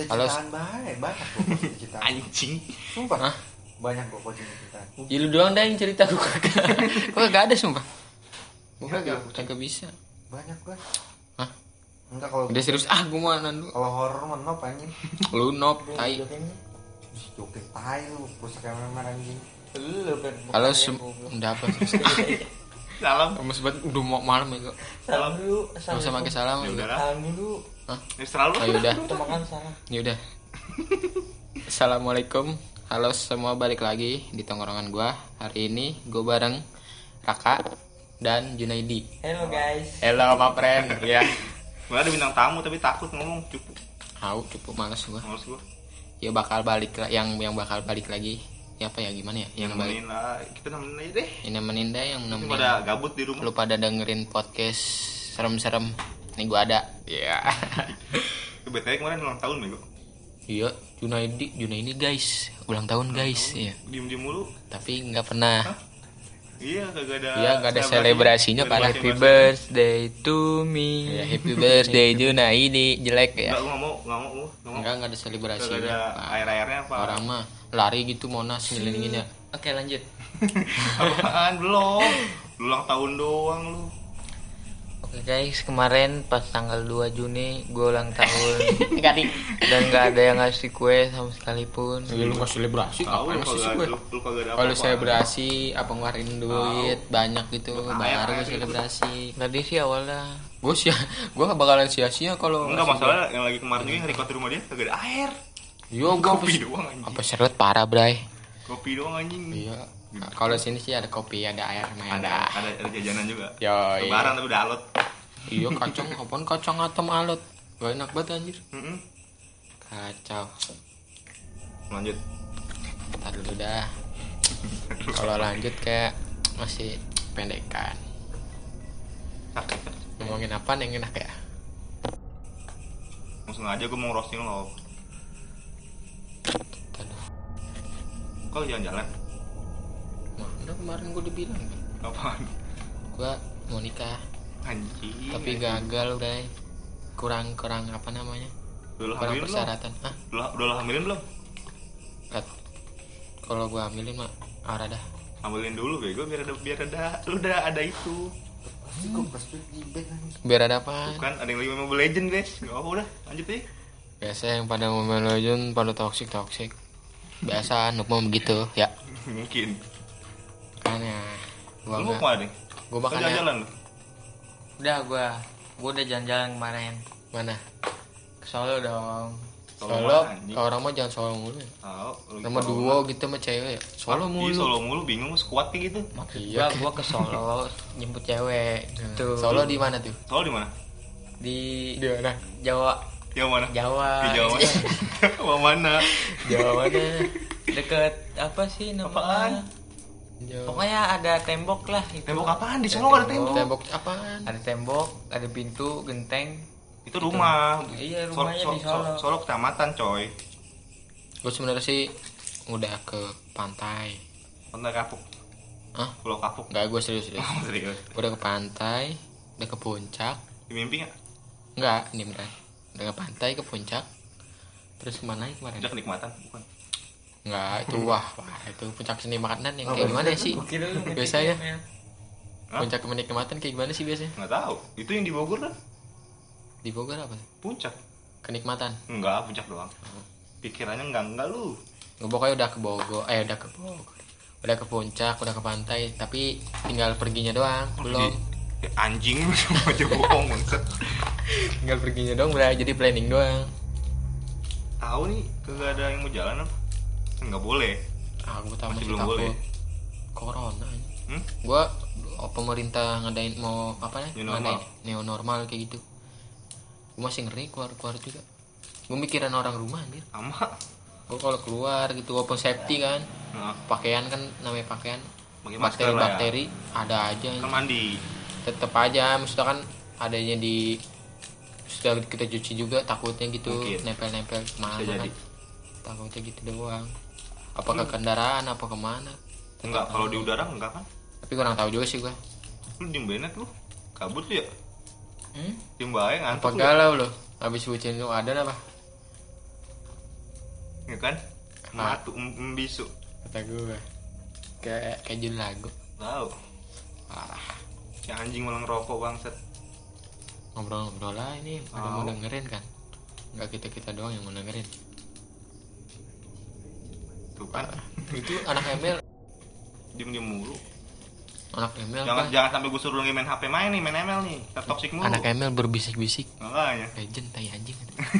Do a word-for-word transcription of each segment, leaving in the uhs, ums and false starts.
Halo. Banyak, banyak kok cerita. Anjing. Sumpah. Hah? Banyak kok cerita. Ya lu doang dah yang cerita gue kagak. Gue kagak ada sumpah. Gue kagak kagak bisa. Banyak gue. Hah? Enggak kalau udah serius ah gue mau nandu. Kalau horor mah nop anjing. Lu nop tai. Joget tai lu, rusak kamera anjing. Halo, udah apa? Salam. Mas banget udah mau malam ya kok. Salam dulu. Enggak usah pakai salam. Ya udah. Salam dulu. Hah? Ya selalu. Oh, yaudah. Kita makan sana. Ya udah. Assalamualaikum. Halo semua, balik lagi di tongkrongan gua. Hari ini gua bareng Raka dan Junaidi. Hello guys. Hello my friend. Ya. Gua ada bintang tamu tapi takut ngomong cukup. Tahu cukup males gua. Males gua. Ya bakal balik yang yang bakal balik lagi. Ya apa ya gimana ya? Yang balik. Nemenin lah. Kita nemenin aja deh. Ini nemenin dah yang Kita nemenin. pada gabut di rumah. Lu pada dengerin podcast serem-serem. Nih gua ada. Iya. Yeah. B T W kemarin ulang tahun Bego. Iya, Junaidi, Junaidi guys. Ulang tahun guys, iya. Diem-diem mulu. Tapi nggak pernah. Hah? Iya, kagak ada. Iya, nggak ada selebrasinya kan. Happy birthday to me. Ya, happy birthday Junaidi, jelek ya. Enggak, gua enggak mau, enggak mau, gua enggak mau. Enggak, enggak ada selebrasinya. Kagak ada air-airnya apa? Orang mah lari gitu Monas ngelilingin ya. Oke, lanjut. Apaan belum? Ulang tahun doang lu. Oke guys, kemarin pas tanggal dua Juni gue ulang tahun. Enggak nih. Dan nggak ada yang ngasih kue sama sekalipun. Ya, lu nggak selebrasi, Tahu ngapain lu ngasih kagak gue? lu, lu kagak ada Kalau apa-apa. selebrasi apa ngeluarin duit banyak gitu, Air, baru air gue gitu. selebrasi. Tadi sih awalnya. Gue sih, gue gak bakalan sia-sia kalau Enggak masalah yang lagi kemarin juga yang record di rumah dia kagak ada air. Yo, gue Kopi doang anjing. apa seret parah, Bray. Kopi doang anjing. Iya. Nah, kalau sini sih ada kopi, ada air, Ada, ada. ada ada jajanan juga. Yo, Lebaran tapi udah alot. iya kacang, apaan kacang atom alot. Gak enak banget anjir. Heeh. Kacau. Lanjut. Ntar dulu dah. Kalau lanjut kayak masih pendekan. Sakit. Ngomongin apa yang enak ya? Mau sengaja gue mau roasting lo. Aduh. Kok jalan-jalan? Mana kemarin gue dibilang Apaan? gue mau nikah, Anjing. tapi gagal udah. Kurang kurang apa namanya? Udah lo Kurang hamilin belum? persyaratan. Hah? Udah, udah lo hamilin belum? Kat. Kalau gue hamilin mah arah dah. Hamilin dulu bego biar ada biar ada lu udah ada itu. Biar ada apa? Bukan ada yang lagi main Mobile Legend guys. Enggak apa udah, lanjut aja. Biasa yang pada Mobile Legend pada toxic toxic. Biasa nuk mau begitu ya. Mungkin. Kan ya. Gua Lu mau enggak. kemana nih? Gua Lu bakal jalan-jalan lu. Udah gue, gue udah jalan-jalan kemarin Mana? ke Solo dong. Solo. mana, anjing? Orang mah jangan Solo mulu. Ya. Tahu, lu Nama gitu. duo gitu sama cewek ya. Solo Ah, mulu. iya, Solo mulu bingung squad kayak gitu. Iya. Gue gue ke Solo jemput cewek gitu. Solo di mana tuh? Solo di mana? Di Di mana? Jawa. Yang mana? Jawa. Di Jawa mana? Jawa mana? Jawa mana? Deket apa sih namanya? Apaan? Jawa. Pokoknya ada tembok lah itu. Tembok apaan? Di Solo nggak ada tembok. Tembok apaan? Ada tembok, ada pintu, genteng. Itu rumah. Iya, rumahnya di Solo. Solo kecamatan, coy. Gue sebenarnya sih udah ke pantai. Pantai Kapuk. Hah? Pulau Kapuk. Enggak, gue serius serius. Oh, serius. Gue udah ke pantai, udah ke puncak. Di mimpi nggak? Enggak, ini beneran. Udah ke pantai, ke puncak. Terus kemana ya kemarin? Udah kenikmatan, bukan? Enggak, itu wah, wah itu puncak seni makanan yang kayak gimana sih? Kira lu Biasanya Hah? puncak kenikmatan kayak gimana sih biasanya? Nggak tahu. Itu yang di Bogor kan? Di Bogor apa? Puncak. Kenikmatan. Enggak, puncak doang. Pikirannya enggak enggak lu. Gue pokoknya udah ke Bogor, eh udah ke Bogor. Udah ke puncak, udah ke pantai, tapi tinggal perginya doang, belum. Ya, anjing lu cuma aja bohong maksud. Tinggal perginya doang, udah jadi planning doang. Tahu nih kagak ada yang mau jalan apa? Enggak boleh. Ah, gue tahu Masih masih belum takut. boleh. Corona. Hmm? Gua oh, pemerintah ngadain mau apa ya? New Ngadain normal. neo normal kayak gitu. Gue masih ngeri keluar-keluar juga. Gue mikirin orang rumah anjir. Sama. Gue kalau keluar gitu walaupun safety kan, Nah, pakaian kan namanya pakaian. pakai masker lah ya. Bakteri-bakteri ada aja. Kan mandi. Tetep aja, maksudnya kan adanya di sudah kita cuci juga takutnya gitu Mungkin. nempel-nempel kemana Bisa kan. jadi. Takutnya gitu doang. Apa ke kendaraan apa kemana? Enggak, kalau di udara enggak kan? Tapi kurang tahu juga sih gue. Lu diem benet lu. Kabut lu ya? Hmm? Diem bae Apa ngantuk lu. galau lo? Habis bucin lu ada apa? Ya kan? Matu membisu. Kata gue kayak kayak judul lagu. Tahu. Parah. Si anjing malah ngerokok bangsat. Ngobrol-ngobrol lah ini, ada Oh. mau dengerin kan? Nggak kita kita doang yang mau dengerin. Tuh kan. Itu anak Emil, Diem-diem mulu. anak Emil Jangan apa? jangan sampai gue suruh lagi main H P main nih, main M L nih. Kita toxic mulu. Anak Emil berbisik-bisik. Makanya. Legend tai anjing.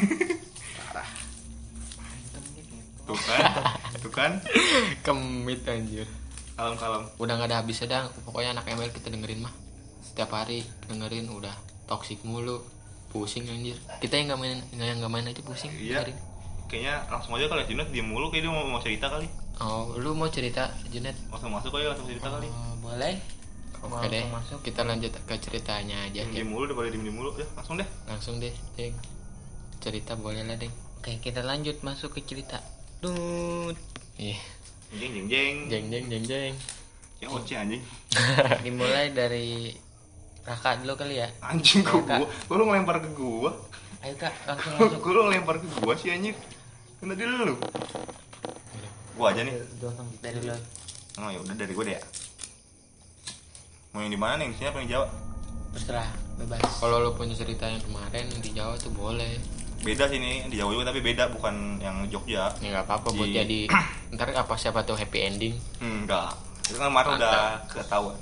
Tuh kan. Tuh kan. Kemit anjir. Kalem-kalem. Udah nggak ada habisnya dah. Pokoknya anak Emil kita dengerin mah. Setiap hari dengerin udah toxic mulu. Pusing anjir. Kita yang nggak main yang nggak main aja pusing. Iya. dengerin. Kayaknya langsung aja kali Junet diem mulu, kayak dia mau, mau cerita kali. Oh, lu mau cerita Junet? Langsung masuk aja langsung cerita kali. Oh, boleh. Mau Oke deh. langsung masuk. Kita lanjut ke ceritanya aja. Diem Ya. diem mulu daripada diem diem mulu, ya langsung deh. Langsung deh, Deng. Cerita boleh lah, Deng. Oke, kita lanjut masuk ke cerita. Dut. Ih, Jeng jeng jeng. jeng jeng jeng jeng. Ya oce anjing. Dimulai dari Raka dulu kali ya. Anjing kok Kak. gua. Kok lu ngelempar ke gua? Ayo Kak, langsung masuk. Kok lu ngelempar ke gua sih anjing? Kena dia dulu. Gua aja nih. Langsung dari dulu. Oh ya udah dari gua deh ya. Mau yang di mana nih? Di sini apa yang Jawa? Terserah, bebas. Kalau lu punya cerita yang kemarin yang di Jawa tuh boleh. Beda sih nih, di Jawa juga tapi beda, bukan yang Jogja. Ya nggak apa-apa buat Di- jadi ntar apa siapa tuh happy ending. Enggak. Itu kan kemarin udah ketahuan.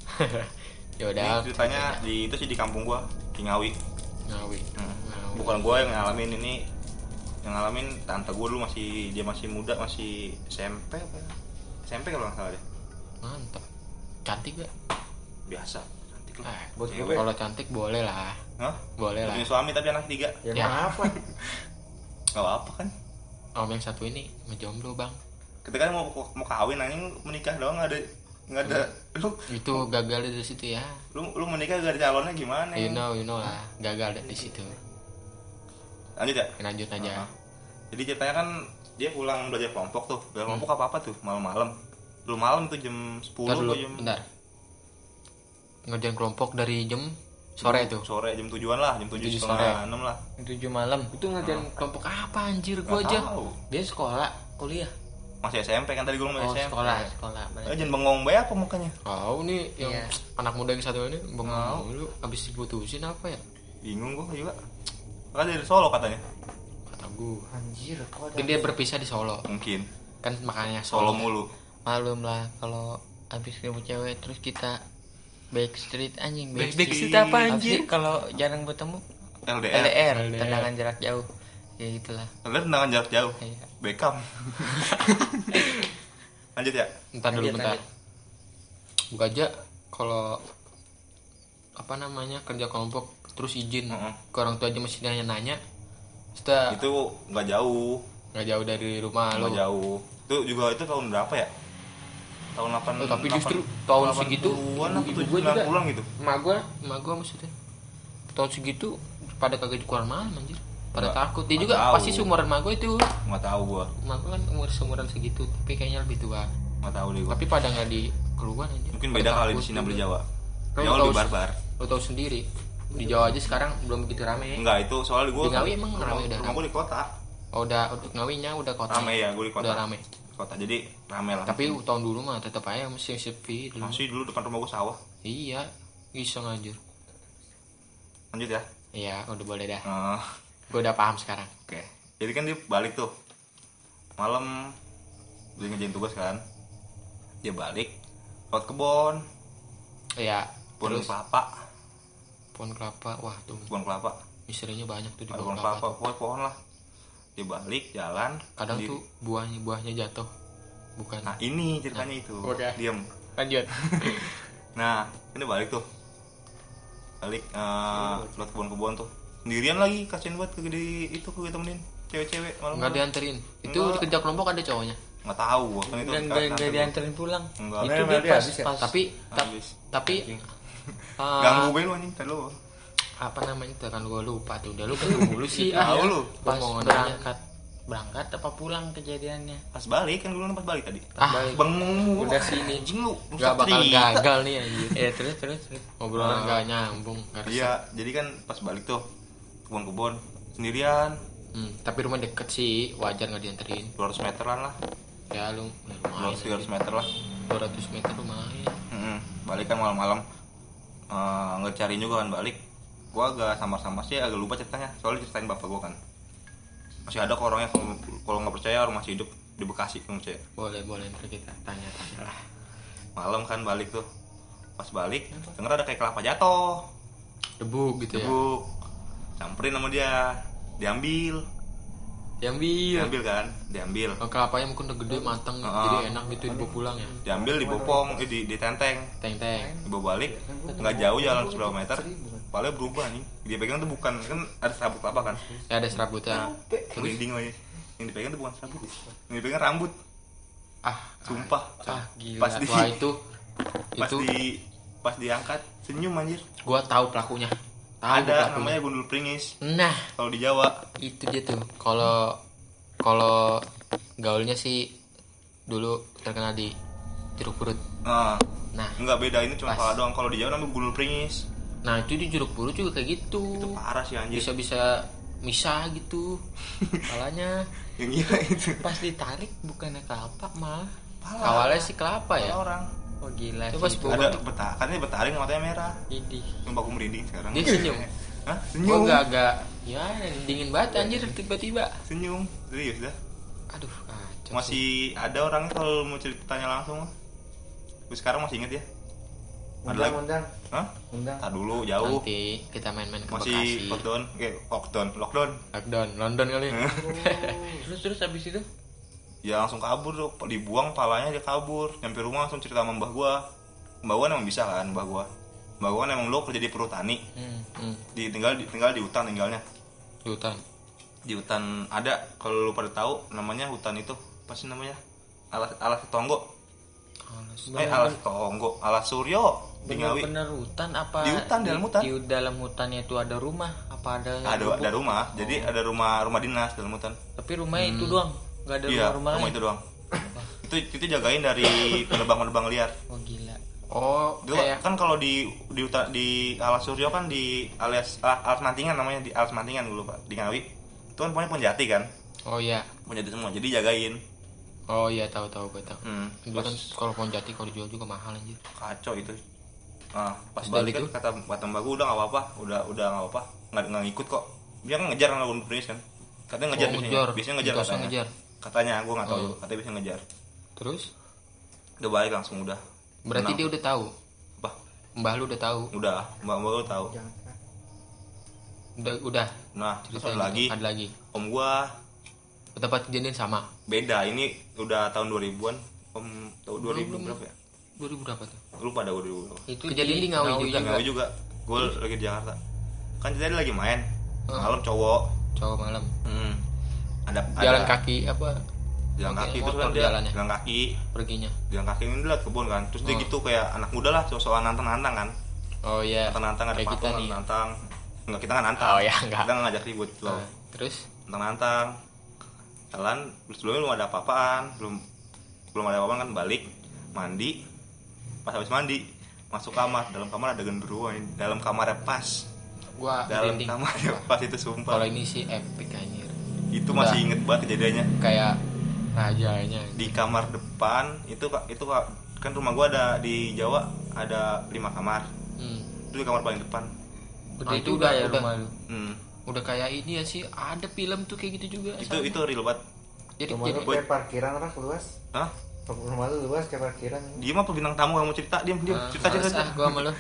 Ya Ini udah. ceritanya di itu sih di kampung gua, di Ngawi. Ngawi. Hmm. Ngawi. Bukan gua yang ngalamin ini, yang ngalamin tante gua dulu masih dia masih muda, masih S M P apa ya? S M P kalau nggak salah deh. Mantap. Cantik gak? Biasa, cantik lah. Eh, buat Cewek. gue. kalau cantik boleh lah. Hah? Boleh lah. Punya suami tapi anak tiga. Ya, Ya. apa? Gak apa kan? Om yang satu ini ngejomblo bang. Ketika mau mau kawin anjing menikah doang nggak ada nggak ada lu Itu gagal dari situ ya. lu lu menikah gak ada calonnya gimana? You know, you know lah. Gagal dari situ. Lanjut ya. Lanjut aja. Nah, jadi ceritanya kan dia pulang belajar kelompok tuh. Belajar kelompok apa apa tuh? Malam-malam. Belum malam itu jam sepuluh Bentar dulu, atau jam bentar. Ngerjain kelompok dari jam sore tuh. sore jam tujuan lah, jam tujuh Tujuh setengah enam lah. Tujuh malam. Itu ngerjain kelompok apa anjir gua Nggak aja. tahu. Dia sekolah, kuliah. Masih S M P kan tadi gue Oh, ngomong S M P. sekolah, sekolah. Eh, Berarti. jangan bengong bae apa mukanya? Tahu nih yang Iya. anak muda yang satu ini bengong Tahu. dulu habis diputusin apa ya? Bingung gue juga. Kan dari Solo katanya. Kata gua. Anjir, kok ada. Mungkin dia berpisah di Solo. Mungkin. Kan makanya Solo Solo. mulu. Malum lah kalau habis ketemu cewek terus kita backstreet anjing. Back- Backstreet backstreet apa Apa anjir? sih kalau jarang bertemu? L D L D R. R, L D R. tendangan jarak jauh. Ya gitulah. Kalian tendangan jarak jauh. Iya. Beckham. Lanjut ya. Entar dulu Lanjut, bentar. lanjut. Buka aja kalau apa namanya kerja kelompok terus izin Heeh. ke orang tua aja masih nanya-nanya. Setelah Itu nggak jauh. nggak jauh dari rumah lo. Nggak jauh. Itu juga itu tahun berapa ya? Tahun delapan. Oh, tapi justru tahun segitu delapan puluhan apa ibu tujuh gua juga puluhan gitu. emak gua emak gua maksudnya tahun segitu pada kagak keluar malam anjir pada Nggak- takut dia nggak juga tahu. pasti seumuran emak gua itu Nggak tahu gua. emak gua kan umur seumuran segitu tapi kayaknya lebih tua Nggak tahu deh gua. tapi pada nggak di keluar anjir Mungkin Pada beda kali takut di Cina juga. beli Jawa. Lo Jawa tahu- lebih barbar. lo tahu sendiri di Jawa aja sekarang belum begitu rame Enggak, itu soalnya gua Di Ngawi emang rumah, rame udah rumah rame? gua di kota. oh, udah udah ngawinya udah kota Rame ya, gua di kota. udah rame Kota. Jadi rame lah. tapi tahun dulu mah tetap aja masih sepi dulu. masih dulu depan rumah gua sawah. Iya iseng anjir Lanjut ya. iya udah boleh dah Eh, gue udah paham sekarang. Oke. Jadi kan dia balik tuh. Malam dia ngerjain tugas kan. Dia balik lewat kebon, Iya pohon terus kelapa, pohon kelapa wah tuh pohon kelapa. misterinya banyak tuh di Ada pohon pohon kelapa kelapa, tuh. pokoknya pohon lah. Dia balik jalan. Kadang sendiri. tuh buahnya buahnya jatuh bukan. Nah, ini ceritanya itu. Oke. Diam. Lanjut. Nah, ini balik tuh. Balik eh lewat kebun-kebun tuh. Sendirian lagi, kasihan banget ke di itu gue temenin cewek-cewek malam. Nggak dianterin. Itu Enggak. di kerja kelompok ada cowoknya. Nggak tahu gua kan itu Dan kan gak, nanti gak gua- dianterin pulang. Enggak. Itu Nah, dia berarti pas, habis ya? pas Tapi ta- Habis. tapi Anjing. ah, Ganggu gue lu anjing tadi lu. apa namanya itu kan gue lupa tuh udah lu kan dulu sih Tahu ah. lu. pas Gua mau nanya. berangkat berangkat apa pulang kejadiannya. Pas balik kan gue pas balik tadi. Ah, Balik. Bengong mulu. udah sini. Anjing lu. Gak bakal gagal nih anjir. Ya terus terus terus. Ngobrolan gak nyambung. Gak resep. Iya, jadi kan pas balik tuh kebun-kebun sendirian Hmm, tapi rumah deket sih, wajar nggak dianterin. dua ratus meteran lah. Ya lu dua ratus tiga ratus meter lah. dua ratus meter lumayan. Mm-mm. Balik kan malam-malam. Uh, ngecariin juga kan balik. Gua agak samar-samar sih, agak lupa ceritanya. Soalnya ceritain bapak gua kan. Masih ada kok orangnya, kalau kalau nggak percaya orang masih hidup di Bekasi, kamu percaya? Boleh boleh ntar kita tanya-tanya lah. Malam kan balik tuh. Pas balik, denger ada kayak kelapa jatuh. Debu gitu ya. Debu. Samperin sama dia. Diambil. Diambil. Diambil kan? Diambil. Oh, kelapanya mungkin udah gede matang Uh-uh. jadi enak gitu dibawa pulang ya. Diambil, dibopong, eh, di, ditenteng. Teng-teng. Dibawa balik, nggak jauh jalan seberapa meter, kepalanya berubah nih. Dia pegang tuh bukan, kan ada serabut kelapa kan? Ya ada serabutnya. Nah, merinding lagi. Yang dipegang tuh bukan serabut, yang dipegang rambut. Ah, Sumpah. ah gila. Pas di, Wah itu pas itu di, pas diangkat senyum anjir. gua tahu pelakunya. Tahu Ada pelakunya. namanya gundul pringis. Nah, Kalau di Jawa, itu dia tuh. Kalau kalau gaulnya sih dulu terkenal di jeruk purut. nah, Nah, nggak beda ini cuma Pas. pala doang. Kalau di Jawa namanya gundul pringis. nah itu di jeruk purut juga kayak gitu. Itu parah sih anjir. Bisa-bisa misah gitu. Palanya Yang gila itu. pas ditarik bukannya kelapa malah. Pala. Awalnya sih kelapa ya. Pala orang. Oh gila. Coba sih. ada betah, kan ini betaring matanya merah. Idih. Sumpah aku merinding sekarang. Dia senyum. Hah? Gua Senyum. agak-agak ya dingin banget anjir tiba-tiba. Senyum. Serius dah. Aduh, kacau. Masih ada orangnya kalau mau ceritanya langsung. Gue sekarang masih inget ya. Ada lagi? Undang, Hah? undang. Tak dulu jauh. Nanti kita main-main ke Masih Bekasi. lockdown, eh lockdown, lockdown. Lockdown, London kali. Terus terus habis itu Ya langsung kabur tuh, dibuang palanya dia kabur. Nyampe rumah langsung cerita sama mbah gua. Mbah gua emang bisa kan, mbah gua. Mbah gua kan emang lo kerja di perhutani. Hmm, hmm. Di tinggal di tinggal di hutan tinggalnya. Di hutan. Di hutan ada, kalau lu pada tahu namanya hutan itu apa sih namanya? Alas alas tonggo. Eh alas tonggo, alas suryo di Ngawi. benar-benar hutan apa? Di hutan, di, dalam hutan. Di dalam hutannya itu ada rumah apa ada? Ada lubuk? ada rumah, jadi ada rumah rumah dinas dalam hutan. Tapi rumahnya itu doang, nggak ada Iya, rumah-rumah rumah lain. itu doang. itu itu jagain dari penebang-penebang liar. Oh gila. Oh, Itu kayak kan kalau di di hutan di Alas Suryo kan di alias ah, Alas Mantingan namanya, di Alas Mantingan dulu Pak, di Ngawi. Itu kan pokoknya penjati kan. oh iya. Penjati semua. Jadi jagain. Oh iya, tahu-tahu gue tahu. Hmm. Dulu kan kalau pohon jati kalau dijual juga mahal anjir. Kacau itu. Nah, pas Udah balik gitu? kan kata kata mbak gue udah nggak apa-apa, udah udah nggak apa-apa, nggak nggak ngikut kok. Dia kan ngejar kan lawan Prince kan. Katanya ngejar Oh, biasanya. ngejar. Biasanya ngejar Mitosnya katanya. ngejar. Katanya gue nggak tahu, Oh. juga. Katanya biasanya ngejar. Terus Udah balik langsung udah. berarti Tenang. dia udah tahu. Apa? Mbah lu udah tahu. Udah, mbak mbak gue tahu. Udah udah. Nah, terus Ceritain ada lagi. Ada lagi. Om gua Tempat kejadian sama. beda, ini udah tahun dua ribuan. Om tahu dua ribu Belum, berapa ya? dua ribu berapa tuh? Lupa dah dua ribu berapa. Itu Kejadian di Ngawi juga. Ngawi juga. Gue lagi di Jakarta. Kan jadi lagi main. Hmm. Malam cowok. Cowok malam. Hmm. Ada Jalan ada- kaki apa? Jalan Pakai kaki terus motor kan dia jalannya. jalan kaki. Perginya. Jalan kaki ini lihat kebun kan. Terus dia Oh. gitu kayak anak muda lah, soal nantang-nantang kan. Oh iya. Nantang-nantang ada Kayak kita patung nih. nantang. Enggak, kita nggak nantang. Oh ya, enggak. Kita nggak ngajak ribut loh. Nah, terus Nantang-nantang. Jalan sebelumnya belum ada apa-apaan, belum belum ada apa-apaan kan, balik mandi. Pas habis mandi masuk kamar, dalam kamar ada genderuwo ini. Dalam kamarnya pas. gua Dalam merinding. kamarnya pas itu sumpah. Kalau ini sih epic anjir. Itu Udah. masih inget banget kejadiannya. Kayak rajanya. Di kamar depan itu Kak, itu Kak, kan rumah gua ada di Jawa ada lima kamar. Hmm. Itu di kamar paling depan. Gede Ah, itu juga udah- ya udah. rumah lu. Hmm. Udah kayak ini ya sih, ada film tuh kayak gitu juga. Itu sama. itu real banget. Jadi Rumah jadi lu kayak parkiran rak luas. Hah? Rumah lu luas kayak parkiran. Dia mah bintang tamu, kamu cerita, diam diam Ah, cerita males cerita. ah gua sama lu.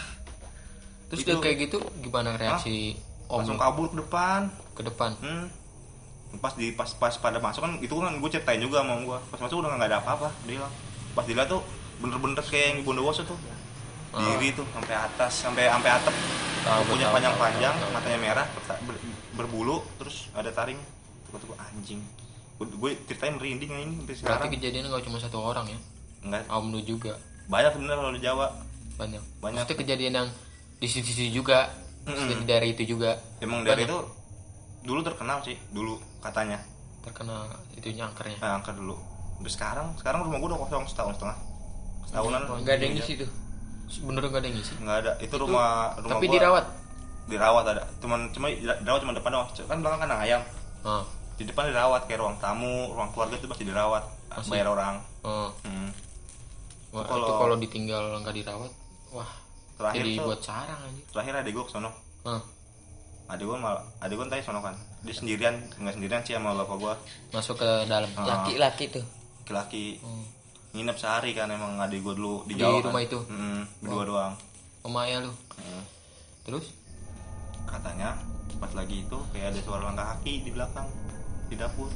Terus Itu- udah kayak gitu gimana reaksi om Langsung kabur ke depan. ke depan? Hmm. Pas di pas pas pada masuk kan itu kan gue ceritain juga sama om gue. Pas masuk udah nggak ada apa-apa. Dia bilang. Pas dilihat tuh bener-bener kayak yang di Bondowoso tuh. Diri tuh sampai atas, sampai sampai atap. Tahu, Kukunya tahu, panjang-panjang, tahu, tahu. matanya merah, ber- ber- berbulu, terus ada taring. Tuh gue anjing. Gue ceritain merinding ini sampai sekarang. Berarti kejadiannya nggak cuma satu orang ya? Enggak, Om lu juga banyak sebenarnya kalau di Jawa. banyak. Banyak. Maksudnya kejadian yang di situ-situ juga, maksudnya di daerah itu juga Emang dari Banyak. itu dulu terkenal sih, dulu katanya. terkena itu nyangkernya. Nah, angkat dulu. Sampai sekarang, sekarang rumah gue udah kosong setahun setengah. Setahunan. Nggak ada yang ngisi tuh. Bener nggak ada yang ngisi? Nggak ada. Itu rumah rumah Tapi gua dirawat. Dirawat ada. Cuman cuma dirawat cuma depan doang. Kan belakang kandang ayam. Oh. Di depan dirawat kayak ruang tamu, ruang keluarga tuh pasti dirawat, Masih? bayar orang. Oh. Hmm. Wah, Kalau- itu kalau ditinggal nggak dirawat, wah. Terakhir Jadi tuh, buat sarang aja. terakhir adik gue kesono. Oh. Adik gue mal, adik gue tadi sono kan. Dia sendirian, nggak sendirian sih sama bapak gue. Masuk ke dalam. Ah. Laki-laki tuh. Laki-laki. Oh. Nginep sehari kan emang adik gue dulu di Di Jawa kan. rumah itu? Mm, berdua doang. Oma ya lu. Mm. Terus? Katanya pas lagi itu kayak ada suara langkah kaki di belakang di dapur.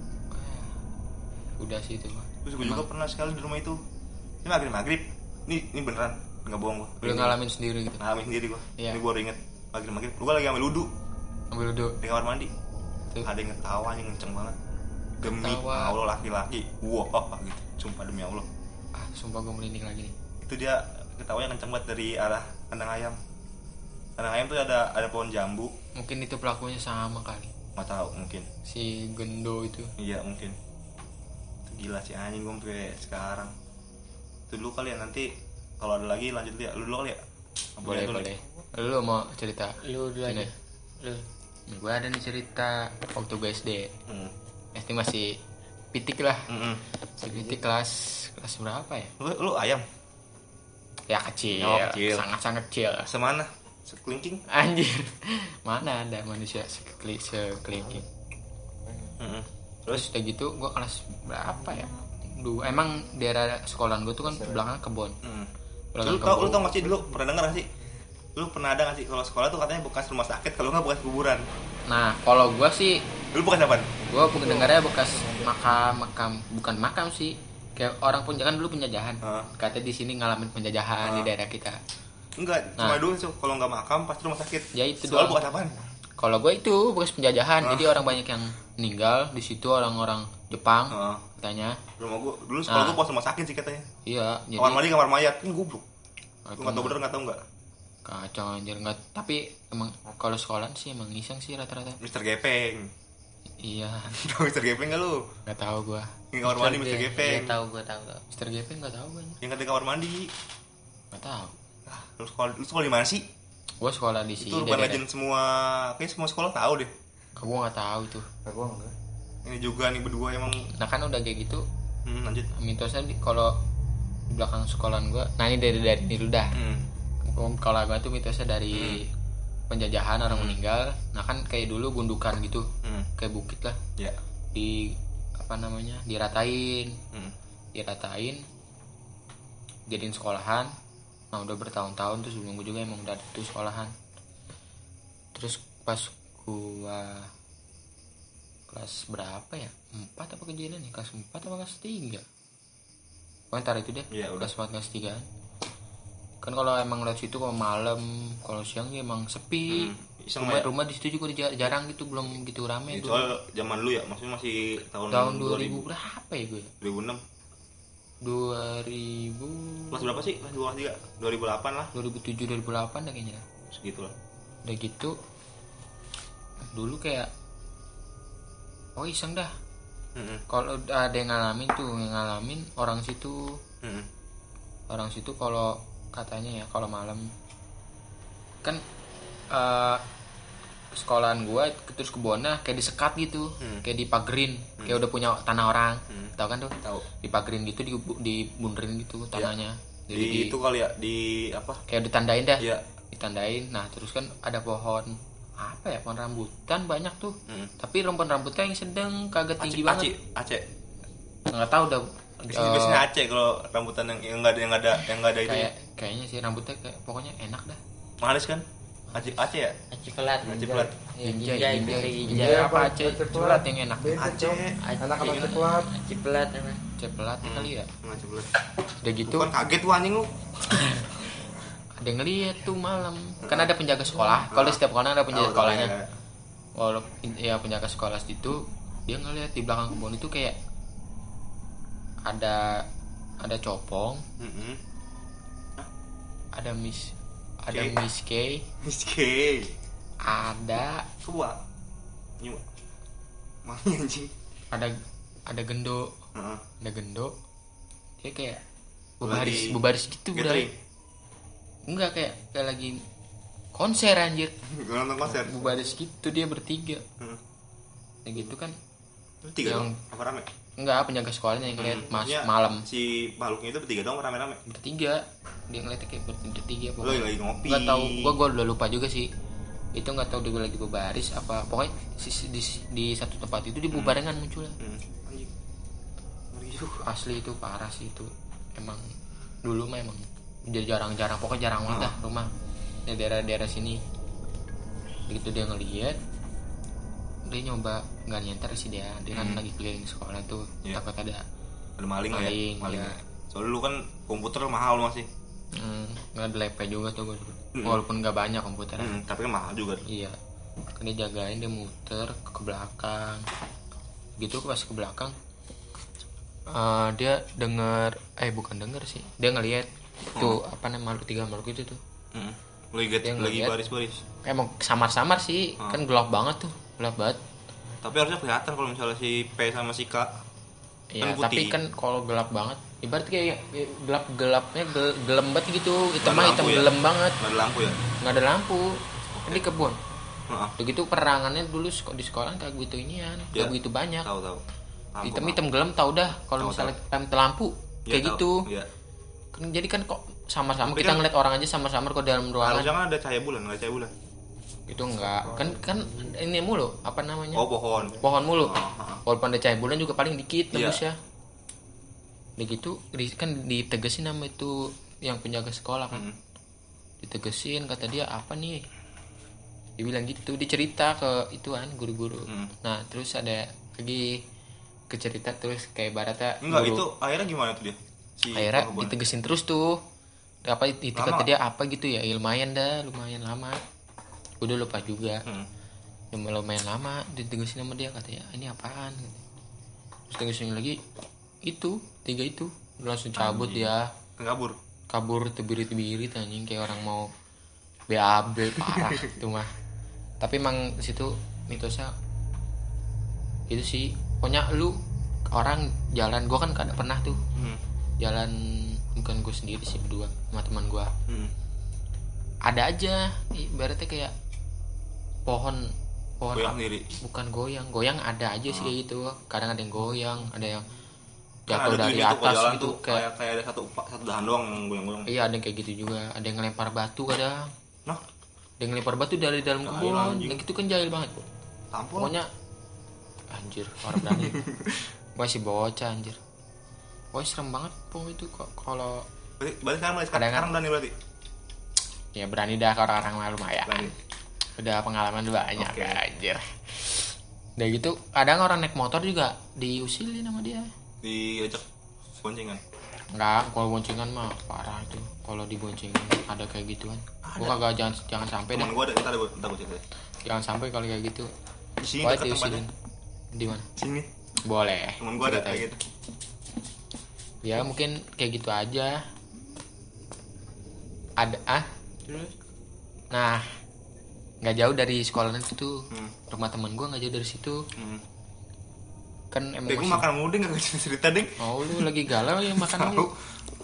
Udah sih itu mah. Terus gue juga pernah sekali di rumah itu. Ini maghrib maghrib. Ini ini beneran nggak bohong gue. Udah ngalamin sendiri gitu. Ngalamin sendiri gue. Iya. Ini gue udah inget maghrib maghrib. Gue lagi ambil wudhu Ambil duduk. di kamar mandi. Tuh. Ada yang ketawa yang kenceng banget. Demi Ketawa. Allah laki-laki. Wah gitu. Sumpah demi Allah. Ah, sumpah gue merinding lagi nih. Itu dia ketawanya kenceng banget dari arah kandang ayam. Kandang ayam tuh ada ada pohon jambu. Mungkin itu pelakunya sama kali. Nggak tahu mungkin. Si Gendo itu. Iya mungkin. Itu gila sih anjing gue sampai sekarang. Itu dulu kali ya, nanti kalau ada lagi lanjut ya. Lu dulu kali ya. Apa Boleh, dulu boleh. nih? Lu mau cerita? Lu dulu Sini. aja. Lu. Nih, gue ada nih cerita waktu gue S D. Hmm. S D masih pitik lah. Mm-mm. Si pitik kelas kelas berapa ya? Lu, lu ayam Ya kecil, Oh, kecil. sangat-sangat kecil. semana? Sekelingking? Anjir, mana ada manusia sekeli sekelingking. Mm-mm. Terus udah gitu, gue kelas berapa ya? Dulu emang daerah sekolahan gue tuh kan belakang kebon. Mm. Belakang Lu tau, kebon. lu tau gak sih dulu pernah denger gak sih? Lu pernah ada gak sih kalau sekolah tuh katanya bekas rumah sakit, kalau nggak bekas kuburan? Nah, kalau gue sih, Lu bekas apaan? gue dengarnya bekas makam, makam bukan makam sih. Kayak orang penjajahan dulu penjajahan. Hah? Katanya di sini ngalamin penjajahan di Hah? daerah kita. Enggak, Nah. cuma dulu sih kalau nggak makam pasti rumah sakit. Ya itu Soalnya doang. bekas apaan? Kalau gue itu bekas penjajahan, Hah? jadi orang banyak yang meninggal di situ, orang-orang Jepang Heeh. katanya. Rumah gua dulu sekolah Nah. gua pas rumah sakit sih katanya. Iya, jadi Kamar mandi kamar mayat kan goblok. Aku Lu nggak tahu bener nggak tahu nggak? kacau anjir nggak. Tapi emang kalau sekolahan sih emang iseng sih rata-rata. Mister Gepeng. Iya, Tahu Mister Gepeng nggak lu? nggak tahu gue. Yang kamar mandi Mister Iya, Gepeng. tahu gua tahu tahu. Mister Gepeng nggak tahu gue. Yang kata kamar mandi. Nggak tahu. Ah, lu sekolah lu sekolah di mana sih? Gue sekolah di sini. Itu urban legend semua, kayak semua sekolah tahu deh. Gue nggak tahu itu. Aku enggak. Ini juga nih berdua emang. Nah kan udah kayak gitu. Hmm, lanjut. Mitosnya di, kalau di belakang sekolahan gue. Nah ini dari dari ini dulu dah. Hmm. Gua- Kalau gue tuh mitosnya dari penjajahan orang meninggal. Nah kan kayak dulu gundukan gitu, Hmm. kayak bukit lah. Ya. Di apa namanya? Diratain, Hmm. diratain. Jadiin sekolahan. Nah udah bertahun-tahun tuh sebelum gue juga emang udah ada tuh sekolahan. Terus pas gua kelas berapa ya? Empat apa kejadian nih? Kelas empat apa kelas tiga? Oh ntar itu deh. Iya, udah. Kelas empat kelas tiga. Kan kalau emang lewat situ kalau malam, kalau siang ya emang sepi. Hmm, iseng Rumah, ya. rumah di situ juga jar- jarang gitu, belum gitu rame. Ya, dulu. soal zaman lu ya, maksudnya masih tahun, Tahun dua ribu berapa ya gue? dua ribu enam. dua ribu Kelas berapa sih? Kelas dua, kelas tiga? dua ribu delapan lah. dua ribu tujuh dua ribu delapan dah kayaknya. Segitu lah. Udah gitu dulu kayak oh iseng dah. Hmm. Kalau ada yang ngalamin tuh, yang ngalamin orang situ, Hmm. orang situ kalau katanya ya kalau malam kan eh, sekolahan gua terus kebunnya kayak disekat gitu, Hmm. kayak dipagerin, kayak udah punya tanah orang, Hmm. tahu kan tuh? Tahu. Dipagerin gitu, di dibunderin gitu tanahnya. Jadi Di, di, itu kali ya, di apa? kayak ditandain dah, Iya. ditandain. Nah terus kan ada pohon apa ya, pohon rambutan banyak tuh, Hmm. tapi pohon rambutan yang sedang kagak tinggi Aceh, banget. Aceh. Nggak tahu udah Biasanya, eh, biasanya Aceh kalau rambutan yang yang enggak ada yang nggak ada yang enggak ada itu. kayak kayaknya sih rambutnya kayak pokoknya enak dah. Manis kan? Aceh Aceh ya? Aceh pelat. Aceh pelat. Ya, Ginjai, ginjai, ginjai, ginjai, ginjai ginjai. apa Aceh? Cepelat yang enak. Beda, Aceh. Cok. Anak-anak coklat. Aceh pelat emang. Cepelat kali ya. Aceh pelat. Udah gitu Bukan kaget tuh anjing lu. ada yang ngeliat tuh malam. Kan ada penjaga sekolah. Kalau di setiap sekolah ada penjaga Tahu, tahu, sekolahnya. ya. Kalau ya penjaga sekolah itu dia ngeliat di belakang kebun itu kayak ada ada copong, Heeh. ada Miss ada Oke. Miss K, Miskin. ada Coba. Nyu. Mami anjing. ada ada gendo, Heeh. ada gendo. Dia kayak Lagi bebaris bebaris gitu udah. gathering. Enggak kayak kayak lagi konser anjir. Gue nonton konser. Bebaris gitu dia bertiga. Heeh. Kayak gitu kan. Tiga Yang- dong? Apa rame? Enggak, penjaga sekolahnya yang ngeliat Hmm, mas maksudnya malam. Si makhluknya itu bertiga dong rame-rame? Bertiga. Dia ngeliatnya kayak ber- bertiga Lo pokoknya. lagi ngopi. Nggak tahu, gua gua udah lupa juga sih. Itu nggak tahu dia lagi berbaris apa. Pokoknya di, di, di satu tempat itu dia berbarengan munculnya. Hmm, anjing. Ngeri juga. Asli itu parah sih itu. Emang dulu mah emang jadi jarang-jarang, pokoknya jarang banget dah rumah. Di daerah-daerah sini. Begitu dia ngeliat, dia nyoba nggak nyenter sih dia. Dia kan Hmm. lagi keliling sekolah tuh, Iya. takut ada Ada maling lah ya. Maling, Maling. iya. ya. Soalnya lu kan komputer mahal masih. hmm, nggak ada lepek juga tuh gua. Hmm. Walaupun nggak banyak komputer. Hmm, tapi kan mahal juga. Iya, kan dia jagain, dia muter ke belakang gitu. Pas ke belakang eh, dia denger eh bukan denger sih, dia ngelihat tuh apa namanya makhluk tiga makhluk itu tuh. Hmm. Lagi get, Dia lagi ngeliat. baris-baris. Emang samar-samar sih, Hmm. kan gelap banget tuh, gelap banget. Tapi harusnya kelihatan kalau misalnya si P sama si K. Iya, Kan tapi putih. kan kalau gelap banget, ibarat kayak gelap gelapnya gel, gelem banget gitu, hitam Nggak mah ada hitam lampu ya? gelem banget, Nggak ada lampu ya? nggak ada lampu. Ini kebun. Heeh. Begitu perangannya dulu seko- di sekolah kayak gitu inian, Ya. nggak begitu banyak. Tahu tahu. Lampu, Hitam lampu. hitam gelem tau dah kalau Tahu, misalnya time lampu Iya, kayak tahu. gitu. Iya. Kan jadi kan kok sama-sama Tapi kita kan- ngeliat orang aja sama-sama kok dalam ruangan. Harusnya kan ada cahaya bulan, nggak ada cahaya bulan. Itu enggak. Kan kan ini mulu apa namanya? Oh, pohon. Pohon mulu. Oh, oh. Walaupun ada cahaya bulan juga paling dikit Iya. tembusnya. Begitu di- kan ditegesin nama itu yang penjaga sekolah kan. Hmm. Ditegesin kata dia apa nih? Dia bilang gitu, dia cerita ke ituan guru-guru. Hmm. Nah, terus ada lagi ke cerita terus kayak baratnya Enggak, guru- itu akhirnya gimana tuh dia? Si akhirnya pohon. ditegesin terus tuh apa itu Lama kata nggak? dia apa gitu ya, ya lumayan dah, lumayan lama. Gue udah lupa juga. Hmm. Ya lumayan lama ditegesin sama dia, katanya ini apaan gitu. Terus tegesin lagi itu tiga itu langsung cabut dia, Kabur. kabur tebiri-tebiri anjing kayak orang mau B A B parah itu mah. Tapi emang situ mitosnya itu sih, pokoknya lu orang jalan, gua kan kada pernah tuh Hmm. jalan, bukan gue sendiri sih, berdua sama teman gua. Hmm. Ada aja ibaratnya kayak pohon pohon Goyang ap- sendiri. bukan goyang goyang ada aja sih kayak gitu. Kadang ada yang goyang, ada yang Kan jatuh ada tuh dari ini tuh kalau atas jalan gitu tuh kayak, kayak kayak ada satu satu dahan doang yang goyang-goyang. iya ada yang kayak gitu juga. Ada yang ngelempar batu kadang, Nah, ada yang ngelempar batu dari dalam Jahil, kebun, anjing. dan gitu kan jahil banget. tampol. Pokoknya anjir orang berani. Masih bocah anjir. Wah serem banget pokoknya itu kok kalau Berarti, berarti sekarang mulai sekarang, Kadang- sekarang berani berarti. ya berani dah ke orang-orang mah lumayan. Berani. Udah pengalaman banyak Oke. kan anjir. Udah gitu kadang orang naik motor juga diusilin sama dia. Diajak boncengan. Enggak, kalau boncengan mah parah itu. Kalau diboncengan ada kayak gituan. Gua kagak, jangan jangan sampai dah. Temen gua ada, entar gua entar gua cerita. Jangan sampai kalau kayak gitu. Di sini Wah, dekat tempatnya. diusilin. Di mana? Sini. Boleh. Temen gua ada Ceritain. kayak gitu. Ya mungkin kayak gitu aja. Ada ah. Nah, nggak jauh dari sekolah itu tuh. Hmm. Rumah teman gua nggak jauh dari situ. Hmm. Kan emang Eh, gua masih- makan mulu deh enggak cerita deh. Oh lu lagi galau ya makan Tahu. dulu.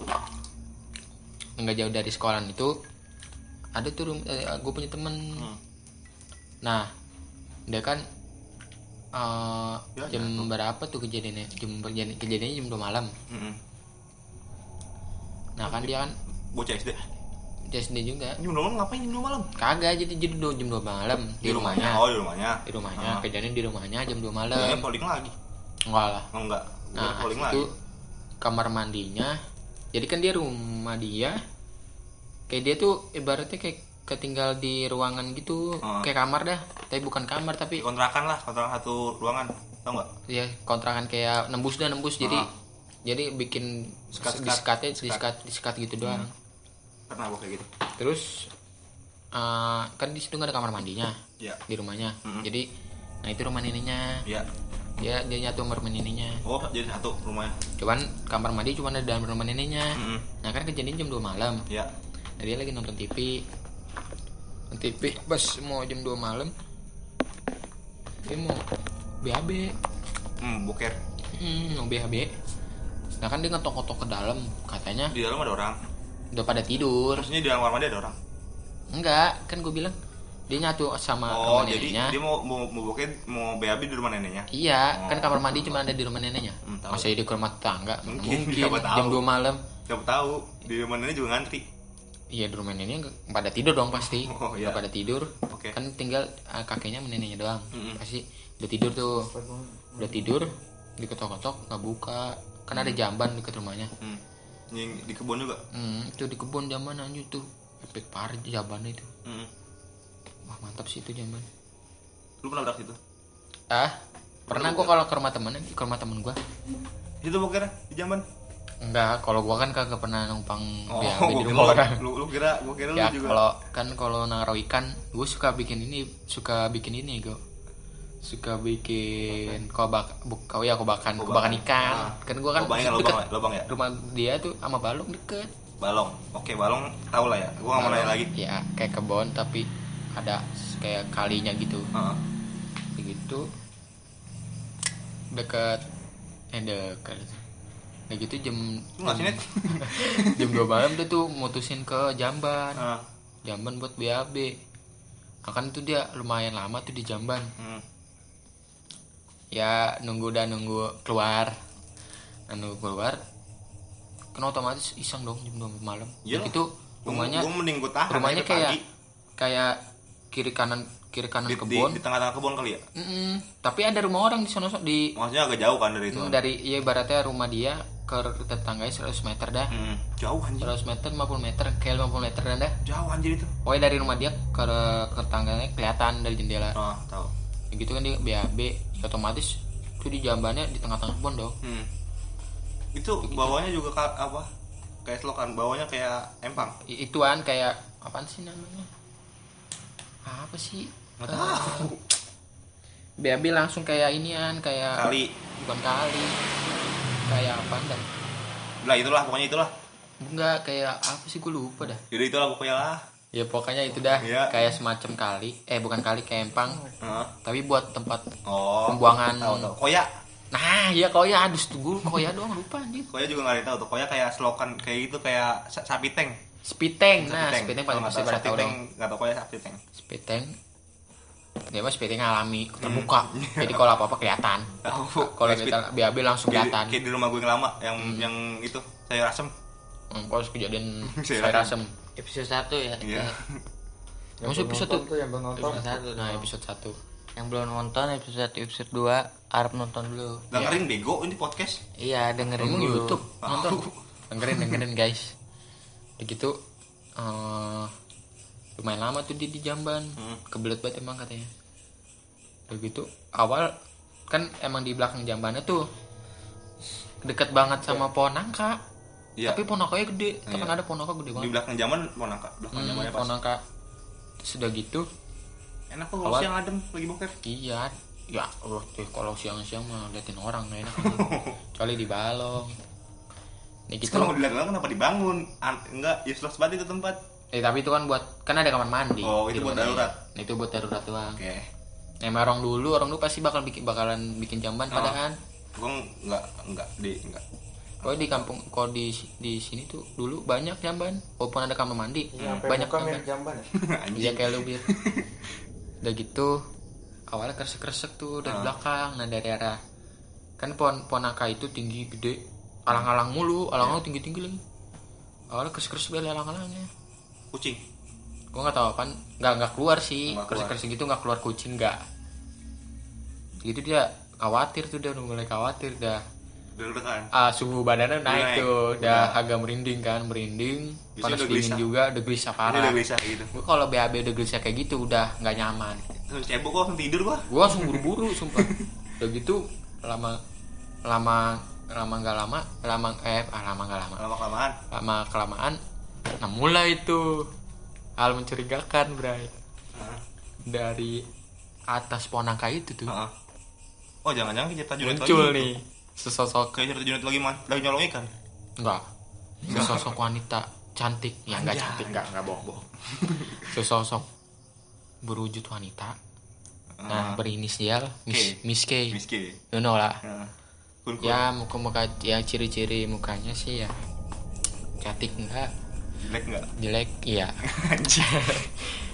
Nggak jauh dari sekolah itu ada tuh rum, eh, gue punya temen. Hmm. Nah dia kan eh, Ya, jam jatuh. berapa tuh kejadiannya? Jam kejadian- kejadiannya jam dua malam. Heeh. Nah kan dia kan Bocah S D. dia sendiri juga. Jam dua malam ngapain jam dua malam? Kagak, jadi jadi dua- jam dua malam di, rumahnya. Oh, di rumahnya. Di rumahnya. Ah. Kejadian di rumahnya jam dua malam. Kayaknya polling lagi. Enggak lah. Oh, enggak. Gua Nah polling itu lagi. kamar mandinya. Jadi kan dia rumah dia, kayak dia tuh ibaratnya kayak ketinggal di ruangan gitu, Ah. kayak kamar dah. Tapi bukan kamar tapi Di kontrakan lah, kontrakan satu ruangan. Tahu enggak? ya kontrakan kayak nembus dah nembus. Jadi Ah. jadi bikin Sekat-sekat. disekatnya Sekat. disekat disekat gitu doang. Pernah gua kayak gitu. Terus eh, kan di situ nggak ada kamar mandinya Iya. di rumahnya. Mm-mm. Jadi nah itu rumah neneknya. Iya. Dia dia nyatu sama rumah neneknya. Oh, jadi satu rumahnya. Cuman kamar mandi cuma ada dalam rumah neneknya. Heeh. Nah kan kejadian jam dua malam. Iya. Nah, dia lagi nonton T V. Nonton T V pas mau jam dua malam. Dia mau B A B. Hmm, boker. Hmm, mau B A B. Nah kan dia ngetok-ngetok ke dalam, katanya Di dalam ada orang. udah pada tidur. Maksudnya di dalam kamar mandi ada orang. Enggak, kan gue bilang Dia nyatu sama Oh, rumah jadi neneknya. dia mau mau mau bokeh mau B A B di rumah neneknya. Iya, Oh. kan kamar mandi cuma ada di rumah neneknya. Hmm, tahu. Masa dia ke rumah tetangga? Mungkin, Mungkin, siapa tahu. jam dua malam. Siapa tahu di rumah nenek juga ngantri. Iya, di rumah neneknya nggak- pada tidur dong pasti. Oh, iya. Udah pada tidur. Oke. Kan tinggal uh, kakeknya sama neneknya doang. Mm-mm. Pasti udah tidur tuh. Udah tidur, diketok-ketok nggak buka. Kan ada jamban dekat rumahnya. Hmm. Yang di kebun juga. Hmm, itu di kebun zaman anjir tuh. Epic parah jambannya itu. Hmm. Wah, mantap sih itu jamban. Lu pernah berak situ? Ah, pernah gua kalau ke rumah temen, ke rumah temen gua. Itu bokeh di Jamban. Enggak, kalau gua kan kagak pernah numpang Oh, B A B di gua rumah kira, orang. lu, lu kira, gua kira Ya lu juga. kalau kan kalau naruh ikan, gue suka bikin ini, suka bikin ini gue, suka bikin kobak, buk, oh ya kobakan, kobakan ikan. Ah. Kan gue kan Lubangnya kan deket lubang, lubang ya. rumah dia tuh sama balong deket. Balong. Oke, balong tau lah ya. Gua nggak mau nanya lagi. Ya kayak kebon tapi ada kayak kalinya gitu, Heeh. begitu deket, eh deket. Nah gitu jam Lu nggak sih, Net? jam dua malam dia tuh mutusin ke Jamban. Heeh. Jamban buat B A B. Akan itu dia lumayan lama tuh di Jamban. Hmm. Ya nunggu dan nunggu keluar. Nah, nunggu keluar. Kan otomatis iseng dong jam dua malam. Iya. Itu rumahnya Gua mending gua tahan. rumahnya aja kayak pagi. kayak kiri kanan kiri kanan di, di, kebun. di tengah-tengah kebun kali ya. Mm-mm. Tapi ada rumah orang di sana di Maksudnya agak jauh kan dari itu. dari ya ibaratnya rumah dia ke tetangganya seratus meter dah. Hmm. Jauh anjir. seratus meter, lima puluh meter, kayak lima puluh meter dah. Jauh anjir itu. Pokoknya dari rumah dia ke ke tetangganya kelihatan dari jendela. Oh, tahu. Begitu kan dia B A B, ya otomatis itu di jambannya di tengah-tengah kebun dong. Hmm. Itu bawahnya juga ka, apa? Kayak selokan, bawahnya kayak empang. I- ituan kayak apaan sih namanya? Apa sih? Nggak tahu. B A B langsung kayak inian, kayak Kali. bukan kali. Kayak apa dah? Lah itulah pokoknya itulah. Enggak, kayak apa sih gue lupa dah. Jadi itulah pokoknya lah. Ya pokoknya itu dah, Iya. kayak semacam kali, eh bukan kali kayak empang, Heeh. tapi buat tempat Oh. pembuangan. Tahu tahu. Koya. Nah, iya koya, aduh tuh gue koya doang lupa anjir. Koya juga nggak ada yang tahu tuh. Koya kayak selokan kayak gitu kayak sa- sapi tank. Spiteng, nah Sapi spiteng Kalau paling nggak pasti tahu pada sapi tahu tank, dong. nggak tahu Koya sapi tank. Spiteng, dia mah spiteng alami, terbuka. Jadi kalau apa apa kelihatan. Tahu. Kalau Kayak kita B A B langsung kayak di- kelihatan. Kayak di rumah gue yang lama yang yang itu sayur asem. Hmm, kalau kejadian Saya saya rasem. Episode satu ya. Iya. Yang episode nonton satu. tuh yang belum nonton. Episode satu. Nah episode satu. Yang belum nonton episode satu, episode dua harap nonton dulu. Dengerin bego ini podcast. Iya, dengerin Emang dulu. YouTube nonton. Dengerin dengerin guys. Begitu eh lumayan lama tuh dia di Jamban. Hmm. Kebelet banget emang katanya. Begitu awal kan emang di belakang Jambannya tuh deket banget sama pohon nangka. Iya. Tapi pohon nangkanya gede. Kita Iya. kan ada pohon nangka gede Di banget. belakang zaman mau nangka, belakang Hmm, zamannya pohon pas. nangka. Sudah gitu, Enak kok kalau Awal- siang adem lagi boker. iya. Ya, Allah tuh kalau siang-siang mah liatin orang gak enak. Kecuali di balong. Nih gitu. Kalau dilihat orang kenapa dibangun? An- enggak, useless banget itu tempat. Eh tapi itu kan buat kan ada kamar mandi. Oh, di itu buat rumahnya. darurat. Nah, itu buat darurat doang. Oke. Nah, emang orang dulu, orang dulu pasti bakal bikin bakalan bikin jamban Oh. padaan. Gue enggak enggak di enggak. Kalau di kampung, kalau di di sini tuh dulu banyak jamban. Walaupun ada kamar mandi, Iya, sampai banyak muka jamban. mirip jamban ya. Iya kayak lu bir. Udah gitu, awalnya kresek-kresek tuh dari Ah. belakang. Nah dari arah kan pohon pohon nangka itu tinggi gede, alang-alang mulu, alang-alang tinggi-tinggi lagi. Awalnya kresek-kresek dari alang-alangnya. Kucing. Gue nggak tahu apa, nggak nggak keluar sih, Nggak keluar. kresek-kresek gitu nggak keluar kucing nggak. Gitu dia khawatir tuh, dia udah mulai khawatir dah. Deg-degan. Ah, suhu badannya naik Naik. tuh, udah Udah. agak merinding kan, merinding, Biasanya panas udah dingin gelisah. juga, udah gelisah Ini parah. udah gelisah gitu. Gue kalau B A B udah gelisah kayak gitu udah nggak nyaman. Terus cebok kok langsung tidur gua. Gue langsung buru-buru, sumpah. Udah gitu lama lama lama nggak lama, lama eh ah, lama nggak lama, Lama kelamaan. lama kelamaan, nah mulai itu hal mencurigakan, Bray. Heeh. Dari atas pohon nangka itu tuh Heeh. Oh, jangan-jangan cerita Junet lagi. muncul nih sesosok Kayak cerita Junet lagi man, lagi nyolong ikan. enggak sesosok wanita cantik ya enggak Anjay. cantik enggak enggak bohong-bohong sesosok berwujud wanita nah Ah. berinisial Miss K. Miss K Miss K. you know lah Heeh. Kun kun. ya muka-muka ya ciri-ciri mukanya sih ya cantik enggak Jelek enggak? jelek iya Anjing.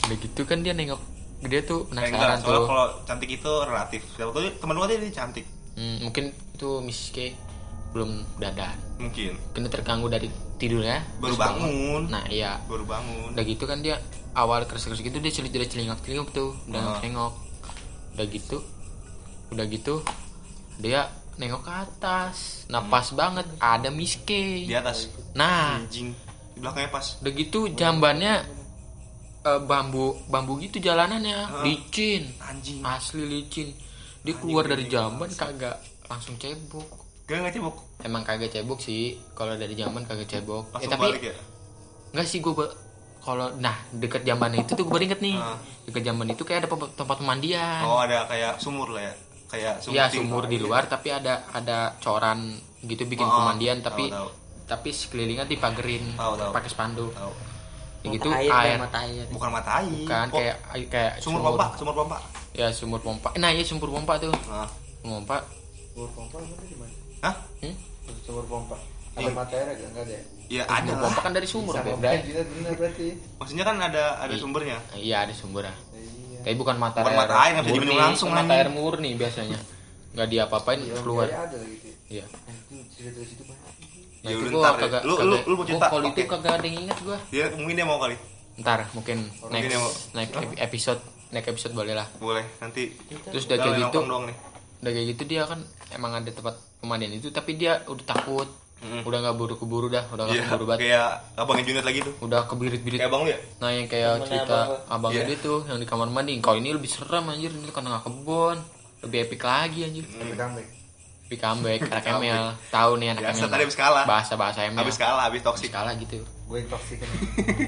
Udah gitu kan dia nengok, dia tuh Eh, enggak, penasaran soalnya tuh. kalau cantik itu relatif. Siapa tahu temen gua dia cantik. Hmm, mungkin itu Miss K belum dandan. Mungkin. Kena terganggu dari tidurnya. Baru terus bangun. Nah iya. Baru bangun. Udah gitu kan dia awal keras-keras gitu dia celit celit celingak celingak tuh, udah Ah. nengok. Udah gitu, udah gitu dia nengok ke atas. Nah pas banget ada Miss K. Di atas. Nah Anjing. Di belakangnya pas. udah gitu jambannya eh, bambu bambu gitu jalanannya, Ah. licin, Anjing. asli licin. Dia keluar dari jamban kagak langsung cebok. Gak nggak cebok. Emang kagak cebok sih, kalau dari jamban kagak cebok. Eh, Langsung tapi balik ya. enggak sih gue kalau nah deket jamban itu tuh gue baru inget nih. Ah. Deket jamban itu kayak ada pem- tempat pemandian. Oh ada kayak sumur lah ya. Kayak sumur. Iya tinggi. sumur di luar tapi ada ada coran gitu bikin Oh, pemandian tapi tahu, tahu. tapi sekelilingnya dipagerin Tahu, tahu. pakai spanduk. Tahu. Ya gitu air, air, kan, mata air. Bukan mata air. kan Oh, kayak kayak sumur pompa, sumur pompa. Ya sumur pompa. Nah iya sumur pompa tuh. Nah. Sumur pompa. Sumur pompa mana di mana? Hah? Hmm? Sumur pompa. Ada Iya. mata air agak enggak ada ya? Ya ada Sumur lah. pompa kan dari sumur, Sama Bray. bener bener berarti. Maksudnya kan ada ada Iya. sumbernya. Iya ada sumbernya. Iya. Tapi bukan mata Bukan air. mata air, nggak bisa murni, diminum langsung, mata anjing. air murni biasanya. Nggak diapa-apain Iya, keluar. biaya ada gitu. Iya. Itu cerita dari situ banyak. Nah, Ya itu udah, gua ntar deh. kagak Lu- kagak- lu- lu mau gua cerita? kalau itu Oke. kagak ada yang ingat gua. Dia mungkin dia mau kali. Ntar mungkin Mungkin next dia mau. next epi- episode next episode boleh lah. Boleh nanti. Terus udah Kita kayak gitu, nongkrong doang nih. udah kayak gitu dia kan emang ada tempat pemandian itu tapi dia udah takut. Mm. Udah nggak buru-keburu dah, udah nggak Iya, keburu banget. kayak abangnya Junet lagi tuh. Udah kebirit-birit. Kayak abang lu ya? Nah yang kayak Temennya cerita abang abangnya Iya. dia tuh yang di kamar mandi. Kalau ini lebih serem anjir, ini kan tengah kebun. Lebih epic lagi anjir. Tapi comeback. Epic comeback, anak M L. Tahu nih anak Biasa M L. tadi habis kalah. Bahasa-bahasa M L. Habis kalah, habis Habis toksik. kalah gitu. Gue yang toxic kan.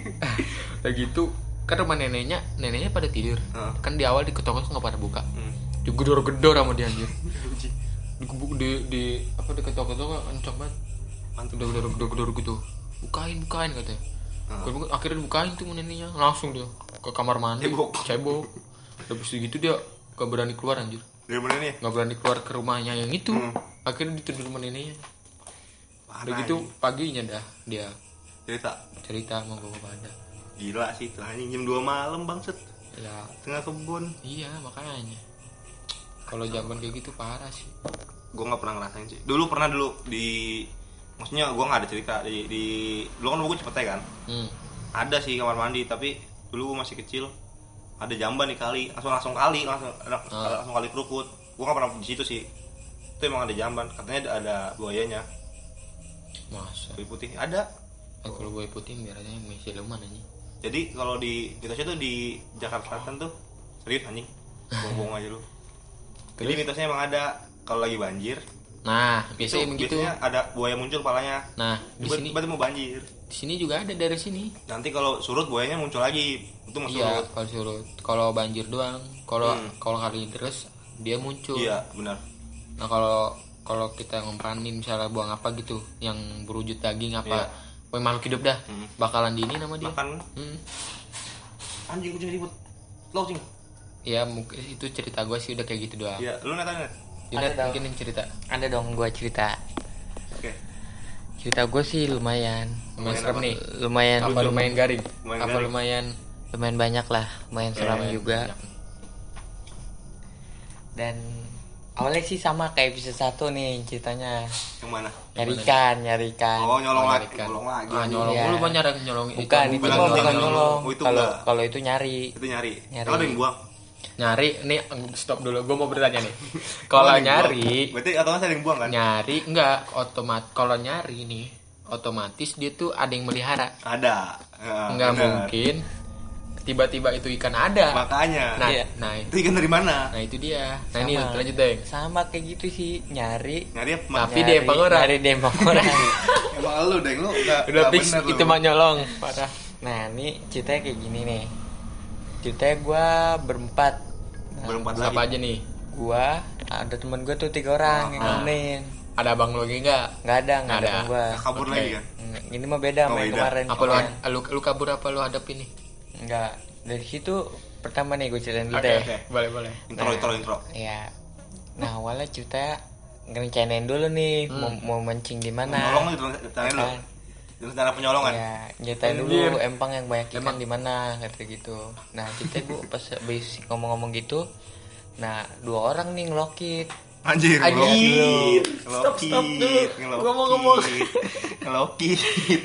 Udah gitu kan rumah neneknya, neneknya pada tidur. Heeh. Kan di awal diketok-ketok nggak pada buka. Hmm. Digedor-gedor sama dia anjir. Digebuk di di apa diketok-ketok kencok banget. Mantap. Udah gedor gedor gedor gitu. Bukain, bukain katanya. Ah. Gua buka- akhirnya dibukain tuh neneknya. Langsung dia ke kamar mandi. Cebok. Cebok. Habis gitu dia gak berani keluar anjir. Dari mana nih? Gak berani keluar ke rumahnya yang itu. Hmm. Akhirnya ditidur sama neneknya. Parah, Udah gitu anjing. paginya dah dia cerita. cerita sama gue pada. Gila sih itu anjing jam dua malam bangset. Ya Tengah kebun. iya makanya. Kalau zaman kayak gitu parah sih. Gue nggak pernah ngerasain sih. Dulu pernah dulu di maksudnya gue nggak ada cerita di, di dulu kan gue cepet kan. Hmm. Ada sih kamar mandi tapi dulu gue masih kecil. Ada jamban di kali, langsung langsung kali, langsung Ah. langsung kali kerukut. Gue nggak pernah di situ sih. Itu emang ada jamban, katanya ada, ada buayanya. Masa. Buaya putih ada. Kan kalau gue ikutin biasanya masih leman aja. Jadi kalau di mitosnya tuh di Jakarta Selatan tuh serius anjing. Bohong aja lu. Jadi Terus? mitosnya emang ada kalau lagi banjir. Nah, Itu biasanya begitu. biasanya ada buaya muncul palanya. Nah, di Tiba- sini tiba-tiba mau banjir. di sini juga ada dari sini. Nanti kalau surut buayanya muncul lagi. Itu mau Iya, surut. kalau surut. Kalau banjir doang. Kalau Hmm. kalau kali terus dia muncul. Iya, benar. Nah, kalau kalau kita ngumpanin misalnya buang apa gitu yang berwujud daging apa, Iya. pokoknya makhluk hidup dah, Hmm. bakalan di ini nama dia. Makan Hmm. anjing kucing ribut. Lo cing. Ya mungkin itu cerita gue sih udah kayak gitu doang. Iya, lu nanya. Junet Ada mungkin yang cerita. Ada dong gue cerita. Oke. Cerita gue sih lumayan. Lumayan Lumayan serem apa? nih. Lumayan Apa lumayan garing? Lumayan apa garing. lumayan lumayan banyak lah, lumayan seram Lumayan juga. banyak. Dan awalnya sih sama kayak episode satu nih ceritanya. Yang mana? Nyari ikan, nyari ikan. Oh, nyolong Oh, lagi. nyari ikan. Nyolong lagi. Ah, nyolong. Iya. Lu banyak ada nyolong Bukan, itu Bilang mah nyolong. bukan nyolong. Oh, itu Kalau enggak. kalau itu nyari. Itu nyari. Nyari. Kalau ada yang buang. Nyari, nih stop dulu. Gue mau bertanya nih. Kalau ada yang nyari, buang. Berarti atau nggak ada yang buang kan? nyari enggak otomat. Kalau nyari nih, otomatis dia tuh ada yang melihara. Ada. Ya, Enggak benar. mungkin tiba-tiba itu ikan ada. Makanya. Nah, Iya. nah, Itu ikan dari mana? nah itu dia. Nah ini Sama. lanjut deh. Sama kayak gitu sih, nyari. Nyari apa? Tapi dia yang pengorang. Nyari dia yang pengorang. Emang lu deng lu enggak Udah fix itu mah nyolong. Parah. Nah, ini ceritanya kayak gini nih. Ceritanya gue berempat. Nah, berempat Siapa lagi. aja nih? Gua ada temen gue tuh tiga orang yang Ah. nemenin. Ada abang lu lagi enggak? Nggak ada, nggak Nggak ada ada. temen gue. Kabur Oke. lagi kan? Ini mah beda Oh, sama yang beda. kemarin. Apa lu, Pokoknya. lu lu kabur apa lu hadapin nih? Enggak. Dari situ pertama nih gue ceritain dulu Oke, deh. oke. Boleh, boleh. Intro Nah. intro intro. Ya. Nah, awalnya ceritanya ngerencanain dulu nih Hmm. mau, mau mancing di mana. Tolong lu tanya dulu. Kan. rencana penyolongan. Ya, nyetain Anjir. dulu empang yang banyak ikan Emang. di mana kata gitu. Nah, kita gua pas habis ngomong-ngomong gitu, nah dua orang nih ngelokit. Anjir, Anjir. ngelokit. Stop, stop dulu. Ngelokit. Gua mau ngomong. Ngelokit.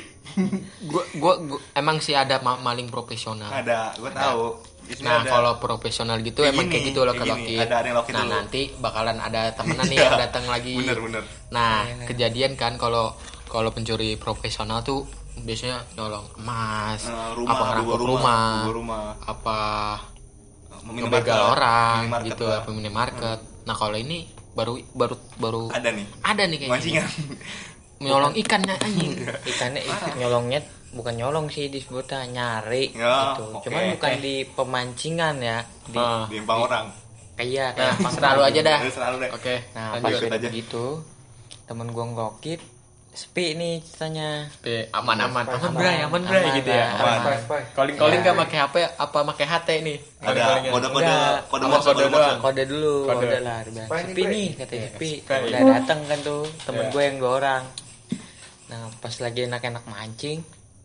Gua, gua, gua emang sih ada ma- maling profesional. Ada, gua tahu. Di sini Nah ada. kalau profesional gitu Kayak emang gini, kayak gitu loh kayak kalau gini. lokit. Ada- ada yang lokit Nah dulu. nanti bakalan ada temenan nih Iya. yang datang lagi. Bener, bener. Nah Iya. kejadian kan kalau kalau pencuri profesional tuh biasanya nyolong emas, Eh, rumah, apa ngerampok gua rumah, gua rumah. apa Minimarket. ngebegal orang Minimarket gitu, lah. apa minimarket. Nah kalau ini baru baru baru Ada nih. ada nih kayaknya Mancingan. nyolong ikannya anjing. Ikannya ik- nyolongnya bukan nyolong sih disebutnya nyari Ya, gitu. oke. Cuman bukan di pemancingan ya, di Ah. Di empang orang. kayak Nah, kayak empang selalu gitu. aja dah. Terus selalu deh. Oke. Nah, lanjut. pas Lanjut udah aja. begitu, temen gua ngelokit, sepi nih ceritanya. Oke, aman aman aman Aman, bray aman bray aman, gitu ya. aman. Spy, spy. Calling calling Ya. nggak pakai H P apa pakai H T nih? Ada Calling-callingnya. kode-kode Enggak. kode Sama WhatsApp, kode kode doang. WhatsApp. Kode dulu, Kode. kode lah. Dia bilang, Spy nih, sepi Bray. nih, katanya Iya, sepi. spy. Udah datang kan tuh temen Iya. gue yang dua orang. Nah, pas lagi enak-enak mancing,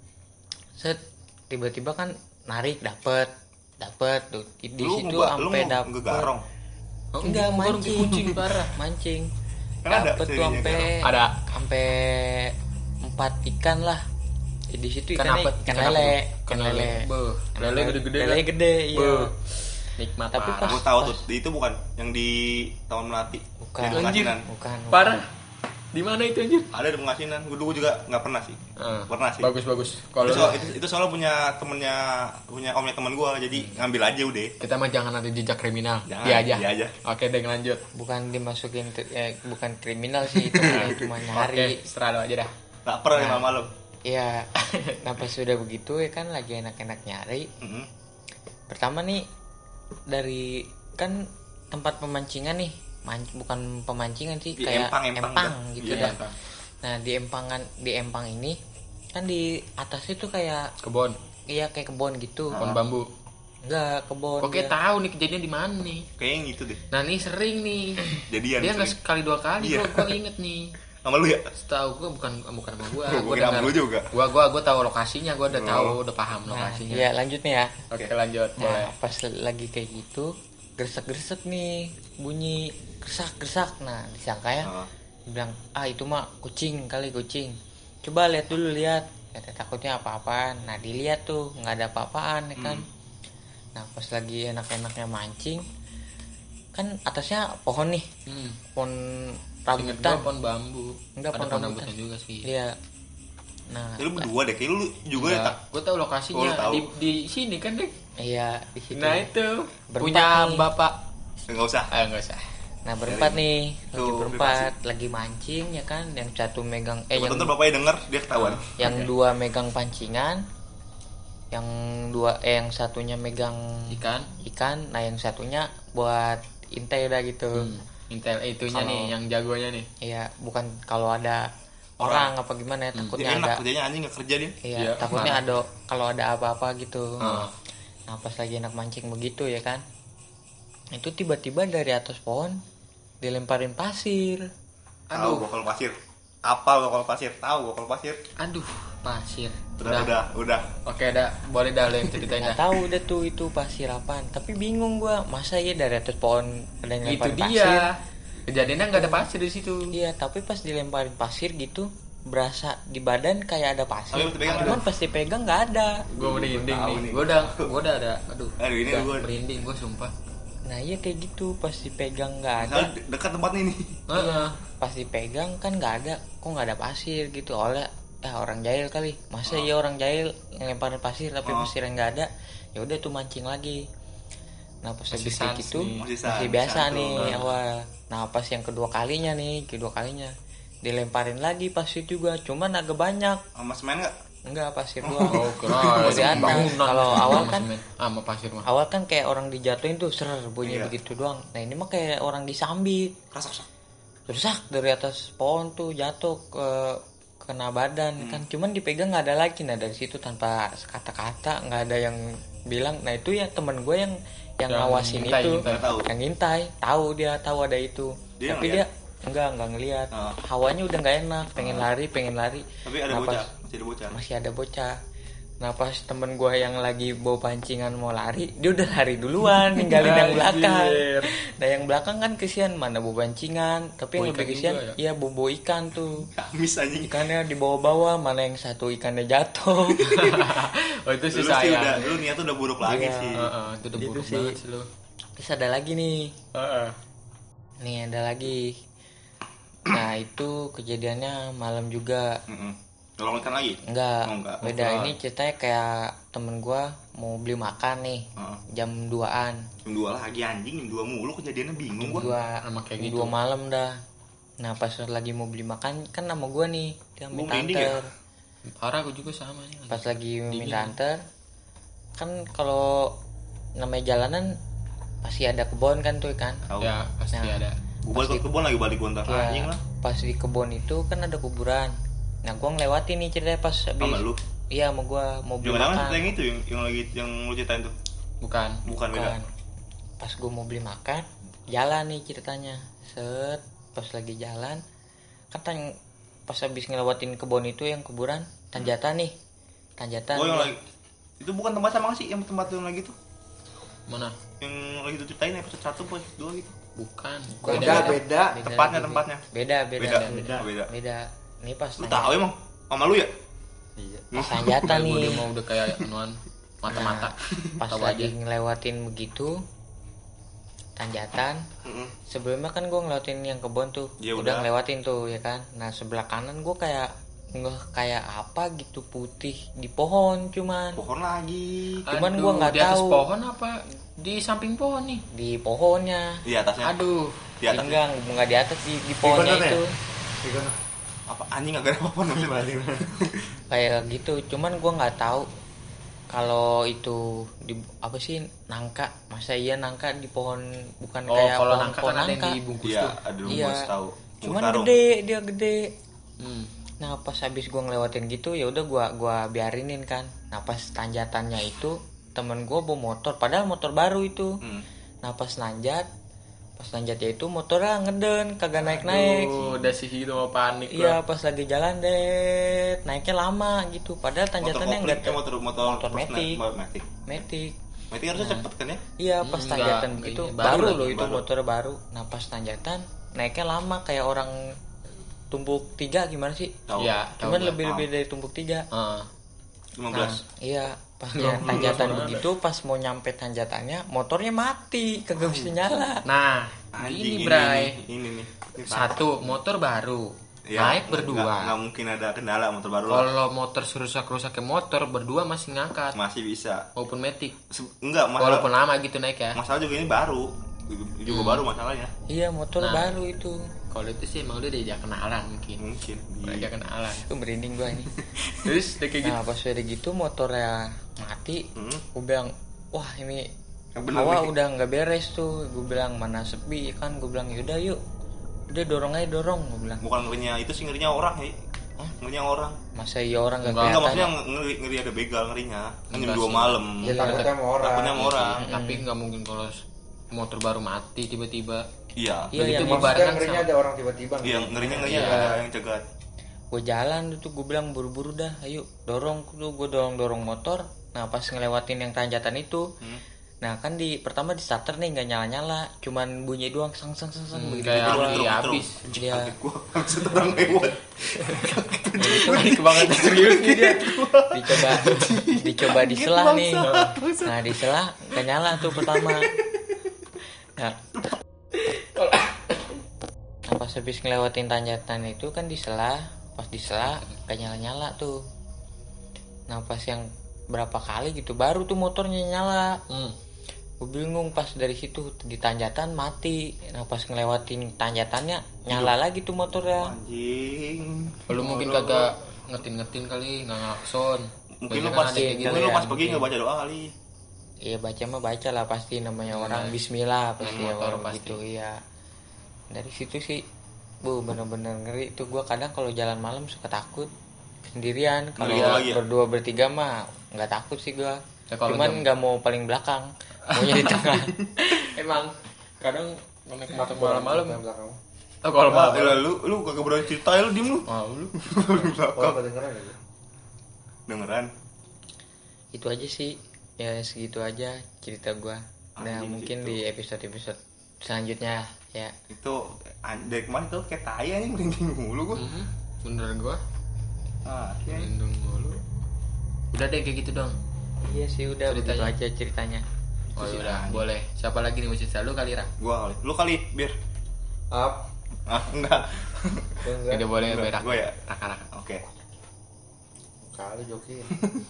set tiba-tiba kan narik dapet, dapet tuh di di Lu situ nggak- lu sampai mau dapet. ngegarong. Oh, Enggak gua baru mancing, kucing parah. mancing. Kan ada Dapet tuh serinya sampai Ada. sampai empat ikan lah. Di situ Ikan ikannya apa? ikan Ikan apa lele, tuh? ikan Ikan lele. lele. Beuh, lele gede-gede Lele kan? gede, iya. Beuh. Nikmat Tapi parah. pas- Gue tahu tuh, itu bukan yang di Taman Melati. Bukan. Di Pengasinan. Bukan. bukan. Parah. Di mana itu anjir? Ada di Pengasinan. Gue dulu juga nggak pernah sih. Ah, Pernah sih. Bagus bagus. Kalau Itu, soal, itu, itu soalnya punya temennya punya omnya temen gue, jadi ngambil aja udah. kita mah jangan ada jejak kriminal. Jangan, Dia aja. dia aja. Oke, deh lanjut. Bukan dimasukin tri- eh, bukan kriminal sih itu mah, itu mah nyari. Oke, serah lo aja dah. Lapar nih Nah. malam-malam. Iya. Nah pas sudah begitu ya kan lagi enak-enak nyari. Mm-mm. Pertama nih dari kan tempat pemancingan nih, man- bukan pemancingan sih Di kayak empang, empang, empang gitu Iya, dah. Nah di empangan di empang ini kan di atasnya tuh kayak Kebon, iya kayak kebun gitu. kebon bambu. Enggak kebun. Kok kayak dia. tahu nih kejadian di mana nih? Kayaknya gitu deh. Nah, nih sering nih. Jadian Dia nggak sering. sekali dua kali, Iya. gua, gua inget nih. Sama lu ya? Setahu gua bukan bukan sama gua. Gua kira sama lu juga. Gua gua gua tahu lokasinya, gua udah Oh. tahu, udah paham Nah, lokasinya. iya lanjut nih ya. Oke, lanjut, boleh. Nah, pas lagi kayak gitu, gresek-gresek nih, bunyi gersak-gersak. Nah, disangka ya, Oh. bilang, ah itu mah kucing kali kucing. Coba lihat dulu lihat. Kata takutnya apa-apaan. Nah, dilihat tuh nggak ada apa-apaan ya kan. Hmm. Nah, pas lagi enak-enaknya mancing, kan atasnya pohon nih, Hmm. pohon Ingat gua rambutan. pohon bambu. Enggak, Ada pohon pohon rambutan. rambutan juga sih. Iya. Nah, Ya, lu berdua deh, kayak lu juga ya tak. Gue tahu lokasinya Oh, lu tahu. di di sini kan deh. iya di situ. Nah itu Berempat punya nih. bapak. Enggak usah. Eh nggak usah. Nah, berempat nih, lagi Tuh, berempat, lagi mancing ya kan, yang satu megang eh yang Betul bapaknya denger dia ketahuan. yang dua megang pancingan, yang dua eh yang satunya megang Ikan. ikan, nah yang satunya buat intai dah gitu. Hmm. Intel eh, itunya Kalau- nih yang jagonya nih. Iya, bukan kalau ada orang, apa gimana ya, Dia takutnya enak ada. kerjanya, anjing nggak kerja dia. Iya, Iya, takutnya mana? ada kalau ada apa-apa gitu. Ah. Nah, pas lagi enak mancing begitu ya kan. Itu tiba-tiba dari atas pohon dilemparin pasir. Tahu gua kalau pasir. Apal gua kalau pasir, tahu gua kalau pasir. Aduh, pasir. Udah, udah, udah. Oke, dah. Boleh dah lo yang ceritain Nggak dah. tahu udah tuh itu pasir apaan. Tapi bingung gua, masa ya dari atas pohon ada yang Itu lemparin dia. pasir. Kejadiannya nggak ada pasir di situ. Iya, tapi pas dilemparin pasir gitu berasa di badan kayak ada pasir. Tapi dipegang Cuman ada. pas dipegang nggak ada. Gue merinding Tahu nih. nih. Gue udah, gue udah ada. Aduh. Aduh, ini udah gua- merinding gue sumpah. Nah iya kayak gitu, pas dipegang nggak ada. Soalnya de- dekat tempatnya ini. Heeh. Pas dipegang kan nggak ada, kok nggak ada pasir gitu. Oleh ya orang jahil kali. Masa iya orang jahil ngelemparin pasir tapi Oh. pasirnya nggak ada. Ya udah tuh mancing lagi. Nah pas Masih habis kayak sans gitu nih. Masih masih, sans, biasa sans nih tuh. awal. Nah pas yang kedua kalinya nih, kedua kalinya dilemparin lagi pasir juga, cuman agak banyak. Sama semen enggak? Enggak, pasir doang. Oh, Kalau di keren. atas, kalau awal kan ah, sama pasir mah. awal kan kayak orang dijatuhin tuh ser bunyi Iya. begitu doang. Nah ini mah kayak orang disambit. Rasak-rasak. Rusak dari atas pohon tuh jatuh ke kena badan Hmm. kan, cuman dipegang nggak ada lagi. Nah dari situ tanpa kata-kata nggak ada yang bilang. Nah itu ya temen gue yang yang Yang ngawasin ngintai, itu, ngintai. Tahu. yang ngintai, tahu dia tahu ada itu. Dia Tapi ngeliat? dia enggak enggak ngelihat. Oh. Hawanya udah nggak enak, pengen lari pengen lari. Tapi ada Nah, bocah. pas- Masih ada bocah. masih ada bocah. Nah pas temen gue yang lagi bawa pancingan mau lari, dia udah lari duluan, ninggalin yang belakang. Nah yang belakang kan kesian, mana bawa pancingan, tapi yang Bawa lebih ikan kesian, juga iya bawa ikan tuh. Amis anjing. Ikannya dibawa-bawa, mana yang satu ikannya jatuh. Oh itu sih Lu sih udah, sayang. lu niat udah buruk lagi Iya. sih. Heeh, itu udah Gitu buruk sih. banget sih lu. Terus ada lagi nih, Heeh. nih ada lagi. Nah itu kejadiannya malam juga. Heeh. Nolong ikan lagi? Enggak, Oh, enggak. beda. Oh, Ini ceritanya kayak temen gue mau beli makan nih, Heeh. jam duaan. Jam dua lagi anjing, jam dua mulu kejadiannya bingung Jam gua. dua, Sama kayak jam gitu. dua malam dah. Nah pas lagi mau beli makan kan nama gue nih, dia Gua minta merinding ya? anter. Parah gue juga sama nih. Pas lagi Dingin. minta anter, kan kalau namanya jalanan pasti ada kebun kan tuh kan. Tahu. Ya pasti Nah. ada. Gua balik ke kebun lagi balik gua ntar Ya, anjing lah. pas di kebun itu kan ada kuburan. Nah gue ngelewatin nih ceritanya pas habis. Sama lu. Iya sama gue mau beli Jangan-jangan makan. cerita yang itu yang yang lagi yang lu ceritain tuh. Bukan. Bukan beda. Bukan. Pas gue mau beli makan, jalan nih ceritanya. Set, pas lagi jalan, kan tang- pas habis ngelewatin kebun itu yang kuburan, tanjatan nih. Tanjatan. Oh yang gua- lagi itu bukan tempat sama sih yang tempat yang lagi tuh. Mana? Yang lagi tuh ceritain episode satu episode dua gitu. Bukan. Beda, beda. beda Tempatnya lagi. tempatnya. Beda, beda. Beda, Beda. beda. beda. Beda. Nih pas Lu tanjatan- tahu emang? Mama lu ya? Iya. pas tanjatan Gue nih. udah mau udah kayak anuan mata-mata. Pas Tahu lagi aja. ngelewatin begitu tanjatan, Heeh. sebelumnya kan gue ngelewatin yang kebun tuh, Ya udah udah. ngelewatin tuh ya kan. Nah sebelah kanan gue kayak nggak kayak apa gitu putih di pohon cuman Pohon lagi. Cuman Aduh, gua nggak di atas tahu. pohon apa di samping pohon nih. di pohonnya. Di atasnya. Aduh. Di atas. Enggak, enggak di atas di, di pohonnya Di itu Gimana? Apa anjing agak ada apa-apa namanya. kayak gitu. Cuman gue nggak tahu kalau itu di apa sih nangka. Masa iya nangka di pohon bukan Oh, kayak kalau pohon, nangka pohon kan ada yang nangka. dibungkus Iya, tuh. aduh Iya. gua tahu. Cuman Karung. gede, dia gede. Hmm. Nah pas habis gue ngelewatin gitu ya udah gua gua biarinin kan. Nah pas tanjatannya itu temen gue bawa motor, padahal motor baru itu. Hmm. Nah pas nanjat, pas nanjatnya itu motornya ngeden, kagak naik naik. Oh, udah sih gitu mau panik Iya gua. pas lagi jalan deh, naiknya lama gitu. Padahal Motor tanjatannya kopling, enggak eh, motor motor motor terus metik. naik- Matic. metik. Metik harusnya cepet kan ya? Iya pas Hmm, tanjatan enggak, begitu iya, baru, baru loh lagi, itu baru. motor baru. Nah pas tanjatan naiknya lama kayak orang tumpuk tiga gimana sih? Tahu. Iya, tahu Cuman gua. lebih-lebih dari tumpuk tiga. Heeh. lima Nah, belas. iya pas Lima belas tanjatan mana? begitu pas mau nyampe tanjatannya motornya mati kagak bisa nyala. Nah, Anjing, ini Bray. Ini, ini nih. Ini Satu, motor baru. Ya, naik nggak- berdua. nggak mungkin ada kendala motor baru lah. Kalau motor serusak-rusak ke motor berdua masih ngangkat. Masih bisa. Walaupun metik. Se- Enggak, masalah Walaupun lama gitu naik ya. masalah juga ini baru. Juga Hmm. baru masalahnya. Iya motor Nah. baru itu. Kalau itu sih emang udah diajak kenalan mungkin. Mungkin. Diajak kenalan. Itu merinding gua ini. Terus udah kayak gitu. Nah pas udah gitu motornya mati, Hmm. gue bilang wah ini Yang bener hawa nih. udah nggak beres tuh. Gue bilang mana sepi kan. Gue bilang yaudah yuk, udah dorong aja dorong. Gue bilang Bukan ngerinya itu sih ngerinya orang ya. Hah? Ngerinya orang. masa iya orang nggak Enggak, Enggak kelihatan. maksudnya ngeri, ngeri ada begal ngerinya. Kan jam Enggak dua sih. malam. Ya takutnya sama orang. Takutnya sama orang. Tapi nggak mungkin kalau motor baru mati tiba-tiba. Iya. Iya Begitu yang gua Maksudnya barengan ngerinya sama- ada orang tiba-tiba. Iya, ngerinya ngerinya Iya. ada yang cegat. Gue jalan tuh gue bilang buru-buru dah, ayo dorong tuh gue dorong dorong motor. Nah pas ngelewatin yang tanjatan itu, Hmm. nah kan di pertama di starter nih nggak nyala nyala, cuman bunyi doang sang sang sang sang Hmm, begitu kayak doang. api Truk, habis. truk. Iya. Kaget gua langsung orang lewat. Panik banget serius nih dia. Dicoba dicoba diselah nih. Nah diselah nggak nyala tuh pertama. Nah, nah pas habis ngelewatin tanjatan itu kan diselah, pas diselah nggak nyala nyala tuh. Nah pas yang berapa kali gitu baru tuh motornya nyala. Hmm. Gue bingung pas dari situ di tanjatan mati. Nah pas ngelewatin tanjatannya nyala lagi tuh motornya. Anjing. Lu mungkin kagak ngetin-ngetin kali, nggak ngelakson. Mungkin lu Banyak pas kan ada kayak gitu mungkin lu ya, pas pergi mungkin. enggak baca doa kali. Iya baca mah baca lah pasti namanya Hmm. orang Bismillah pasti Naik ya motor orang pasti. gitu iya. Dari situ sih, bu bener-bener ngeri tuh gue kadang kalau jalan malam suka takut sendirian. Kalau Ngeri gitu lagi ya? berdua bertiga mah nggak takut sih gue. Ya, kalau Cuman jam- nggak mau paling belakang, maunya di tengah. Emang kadang naik motor malam-malam. Yang belakang. Oh kalau Ah, malam. lu lu kagak berani cerita ya lu diem lu. Mau lu. Oh, kedengeran ya? Dengeran. Itu aja sih, ya segitu aja cerita gua. Nah Anjing, mungkin gitu. di episode episode selanjutnya ya. Itu an- dari kemarin tuh kayak tai anjing merinding mulu gua. Mhm. Bener gua Ah, ya. lindung mulu. Udah deh kayak gitu dong. Iya sih udah begitu Ceritanya. aja ceritanya. Oh sih, udah anjing. boleh. Siapa lagi nih mesti lu kali Ra? Gua kali. Lu kali biar. Up. Ah, enggak. Enggak. Udah boleh Enggak, berak. gua ya. Raka-raka. Oke. Kali jokin.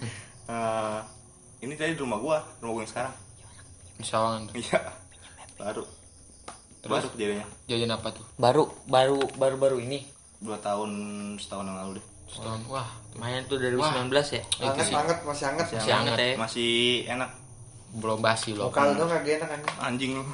Eh, ini tadi di rumah gua, rumah gua yang sekarang. Di Sawangan tuh. Iya. Baru. Terus? Baru kejadiannya. Jajan apa tuh? Baru baru baru baru ini. Dua tahun setahun yang lalu deh. Setahun. Wah, Main tuh dua ribu sembilan belas ya. itu Hangat sih hangat masih hangat. Masih hangat ya. Masih enak. belum basi loh. Muka lu tuh kagak enak kan. Anjing lu.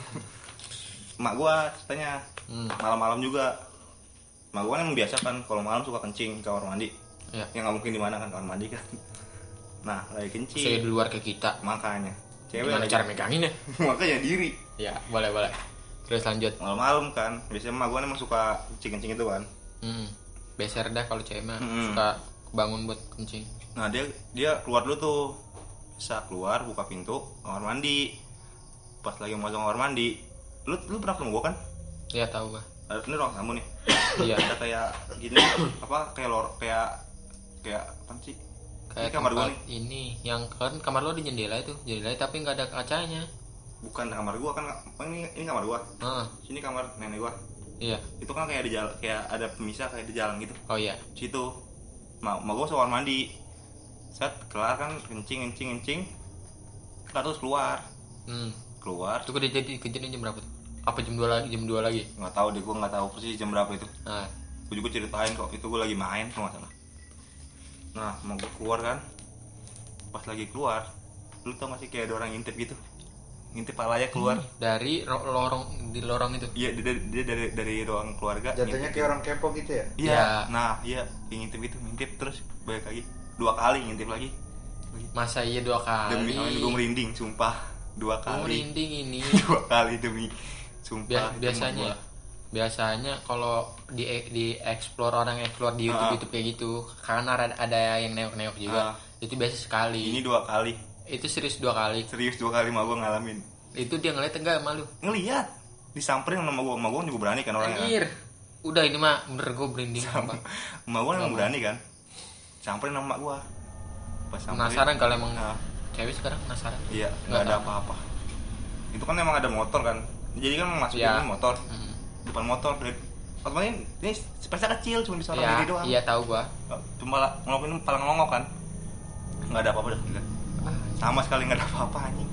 Mak gua ceritanya Hmm. malam-malam juga. Mak gua kan emang biasa kan kalau malam suka kencing ke kamar mandi. Ya. Ya nggak mungkin di mana kan kamar mandi kan. Nah, lagi Saya kencing. di luar ke kita. Makanya cewek Gimana lagi- cara megangin ya? makanya diri. Ya, boleh boleh. Terus lanjut. Malam-malam kan. Biasanya mak gua emang suka kencing-kencing itu kan. Hmm. Beser dah kalau cewek mah Hmm. suka bangun buat kencing. Nah, dia dia keluar dulu tuh. Bisa keluar buka pintu kamar mandi. Pas lagi mau masuk kamar mandi, lu lu pernah ketemu gua kan? Iya tahu gua. Ada ini ruang tamu nih. Iya. Ada kayak gini apa kayak lor kayak kayak apa sih? Kayak Ini kamar gua tempat ini yang kan kamar lo ada jendela itu, jendela tapi nggak ada kacanya. Bukan kamar gua kan ini ini kamar gua. Heeh. Sini kamar nenek gua. Iya. Itu kan kayak di jalan kayak ada pemisah kayak di jalan gitu. Oh iya. Situ. Mau mau gua kamar mandi. Set kelar kan kencing kencing kencing. Kelar terus keluar. Hmm. Keluar. Itu udah jadi kejadian jam berapa tuh? Apa jam dua lagi? Jam dua lagi. Nggak tahu deh, gua nggak tahu persis jam berapa itu. Nah, Gue juga ceritain kok, itu gue lagi main kalau nggak salah. Nah, mau gue keluar kan, pas lagi keluar, lu tau gak sih kayak ada orang ngintip gitu, ngintip palanya keluar. dari ro- lorong di lorong itu. Iya, dia, dia, dia dari dari ruang keluarga. Jatuhnya ngintip. kayak orang kepo gitu ya. Iya, Ya. nah iya, yang ngintip itu ngintip terus balik lagi, dua kali ngintip lagi. Masa iya dua kali? Demi, amin gue merinding, sumpah, dua Oh, kali, merinding ini. dua kali demi, sumpah. Bia- biasanya biasanya kalau di di explore orang explore di YouTube Ah. YouTube kayak gitu karena ada, ada yang nengok-nengok juga. Ah. Itu biasa sekali. Ini dua kali, Itu serius dua kali. serius dua kali mah gue ngalamin. Itu dia ngeliat enggak sama lu? Ngeliat, disamperin sama gue, sama gue juga berani kan orangnya. Kan? Anjir. Udah ini mah bener gue merinding apa. Emak gue emang berani kan, samperin sama emak gue. Pas samperin, Penasaran kalau emang Nah, cewek sekarang penasaran. iya, Nggak nggak ada tahu. apa-apa. Itu kan emang ada motor kan, jadi kan masukin Iya. motor, Hmm. depan motor. Otomatis ini space kecil, cuma bisa orang Iya, diri doang. iya tahu gua. Cuma lah, ngelakuin palang ngelongok kan, nggak ada apa-apa dah. Gila. Sama sekali nggak ada apa-apa anjing.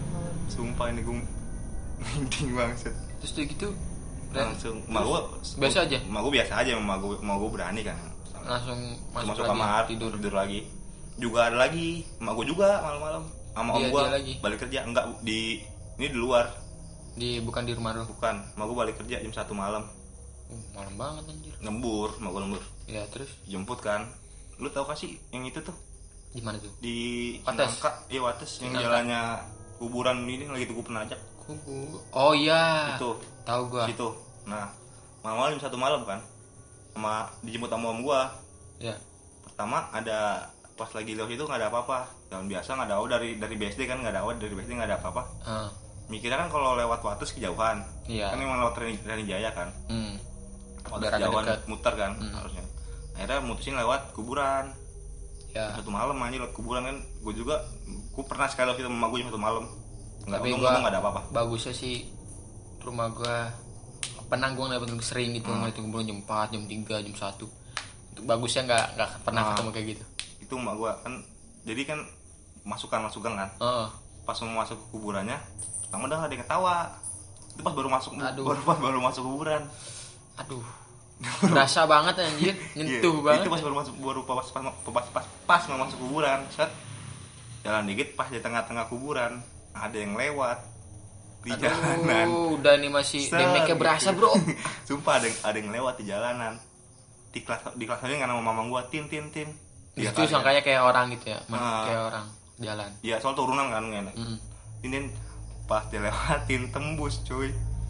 Sumpah ini gue merinding banget. Terus tuh gitu dan Langsung, emak gue biasa aja? Emak gue biasa aja, emak gue, emak gue berani kan. langsung masuk, masuk lagi, kamar tidur. tidur lagi. Juga ada lagi emak gue juga malam-malam sama om Dia- gue dia lagi? balik kerja, enggak di ini di luar, Di bukan di rumah lu. bukan, emak gue balik kerja jam satu malam, Uh, malam banget anjir. lembur, emak gue lembur, Ya terus jemput kan. Lu tahu kasih yang itu tuh gimana tuh? di Wates? Cinangka, iya Wates, yang Cinangka. jalannya kuburan ini lagi tugu penajak Kubu. Oh iya. itu Tahu gua. situ. Nah malam-malam jam satu malam kan, sama dijemput sama om gue. Ya. Pertama ada pas lagi lewat itu nggak ada apa-apa, jalan biasa nggak ada. Oh, dari dari B S D kan nggak ada, oh, dari B S D nggak ada apa-apa. Ah, Mikirnya kan kalau lewat Wates kejauhan, iya. kan memang lewat Rani, Rani Jaya kan, Hmm. Wates Biar agak kejauhan dekat. muter kan Hmm. harusnya. Akhirnya mutusin lewat kuburan. Ya. Satu malam aja lewat kuburan kan, gue juga, gue pernah sekali waktu itu sama gue satu malam. Nggak, Tapi untung gua- untung nggak ada apa-apa. Bagusnya sih rumah gua penang gua ngeliat sering gitu Hmm. ngeliat kuburan jam empat, jam tiga, jam satu. Itu bagusnya nggak nggak pernah Ah. ketemu kayak gitu. Itu emak gue kan, jadi kan masukan masukan kan. Heeh. Pas mau masuk ke kuburannya, pertama udah ada yang ketawa. Itu pas baru masuk, Aduh. baru pas baru masuk kuburan. Aduh. Berasa banget anjir, nyentuh Iya, banget. Itu pas baru masuk, baru pas pas pas pas, pas mau masuk kuburan. Set. Jalan dikit pas di tengah-tengah kuburan ada yang lewat di jalanan. Aduh, udah nih masih Set, damage-nya berasa, gitu. Bro. Sumpah ada yang, ada yang lewat di jalanan. Di kelas di kelas aja nama mamang gua tin tin tin. Dia Itu kaget. sangkanya kayak orang gitu ya, mas- Ah. kayak orang jalan. Iya, soal turunan kan enak. Mm. Tin tin pas dia lewatin tembus, cuy.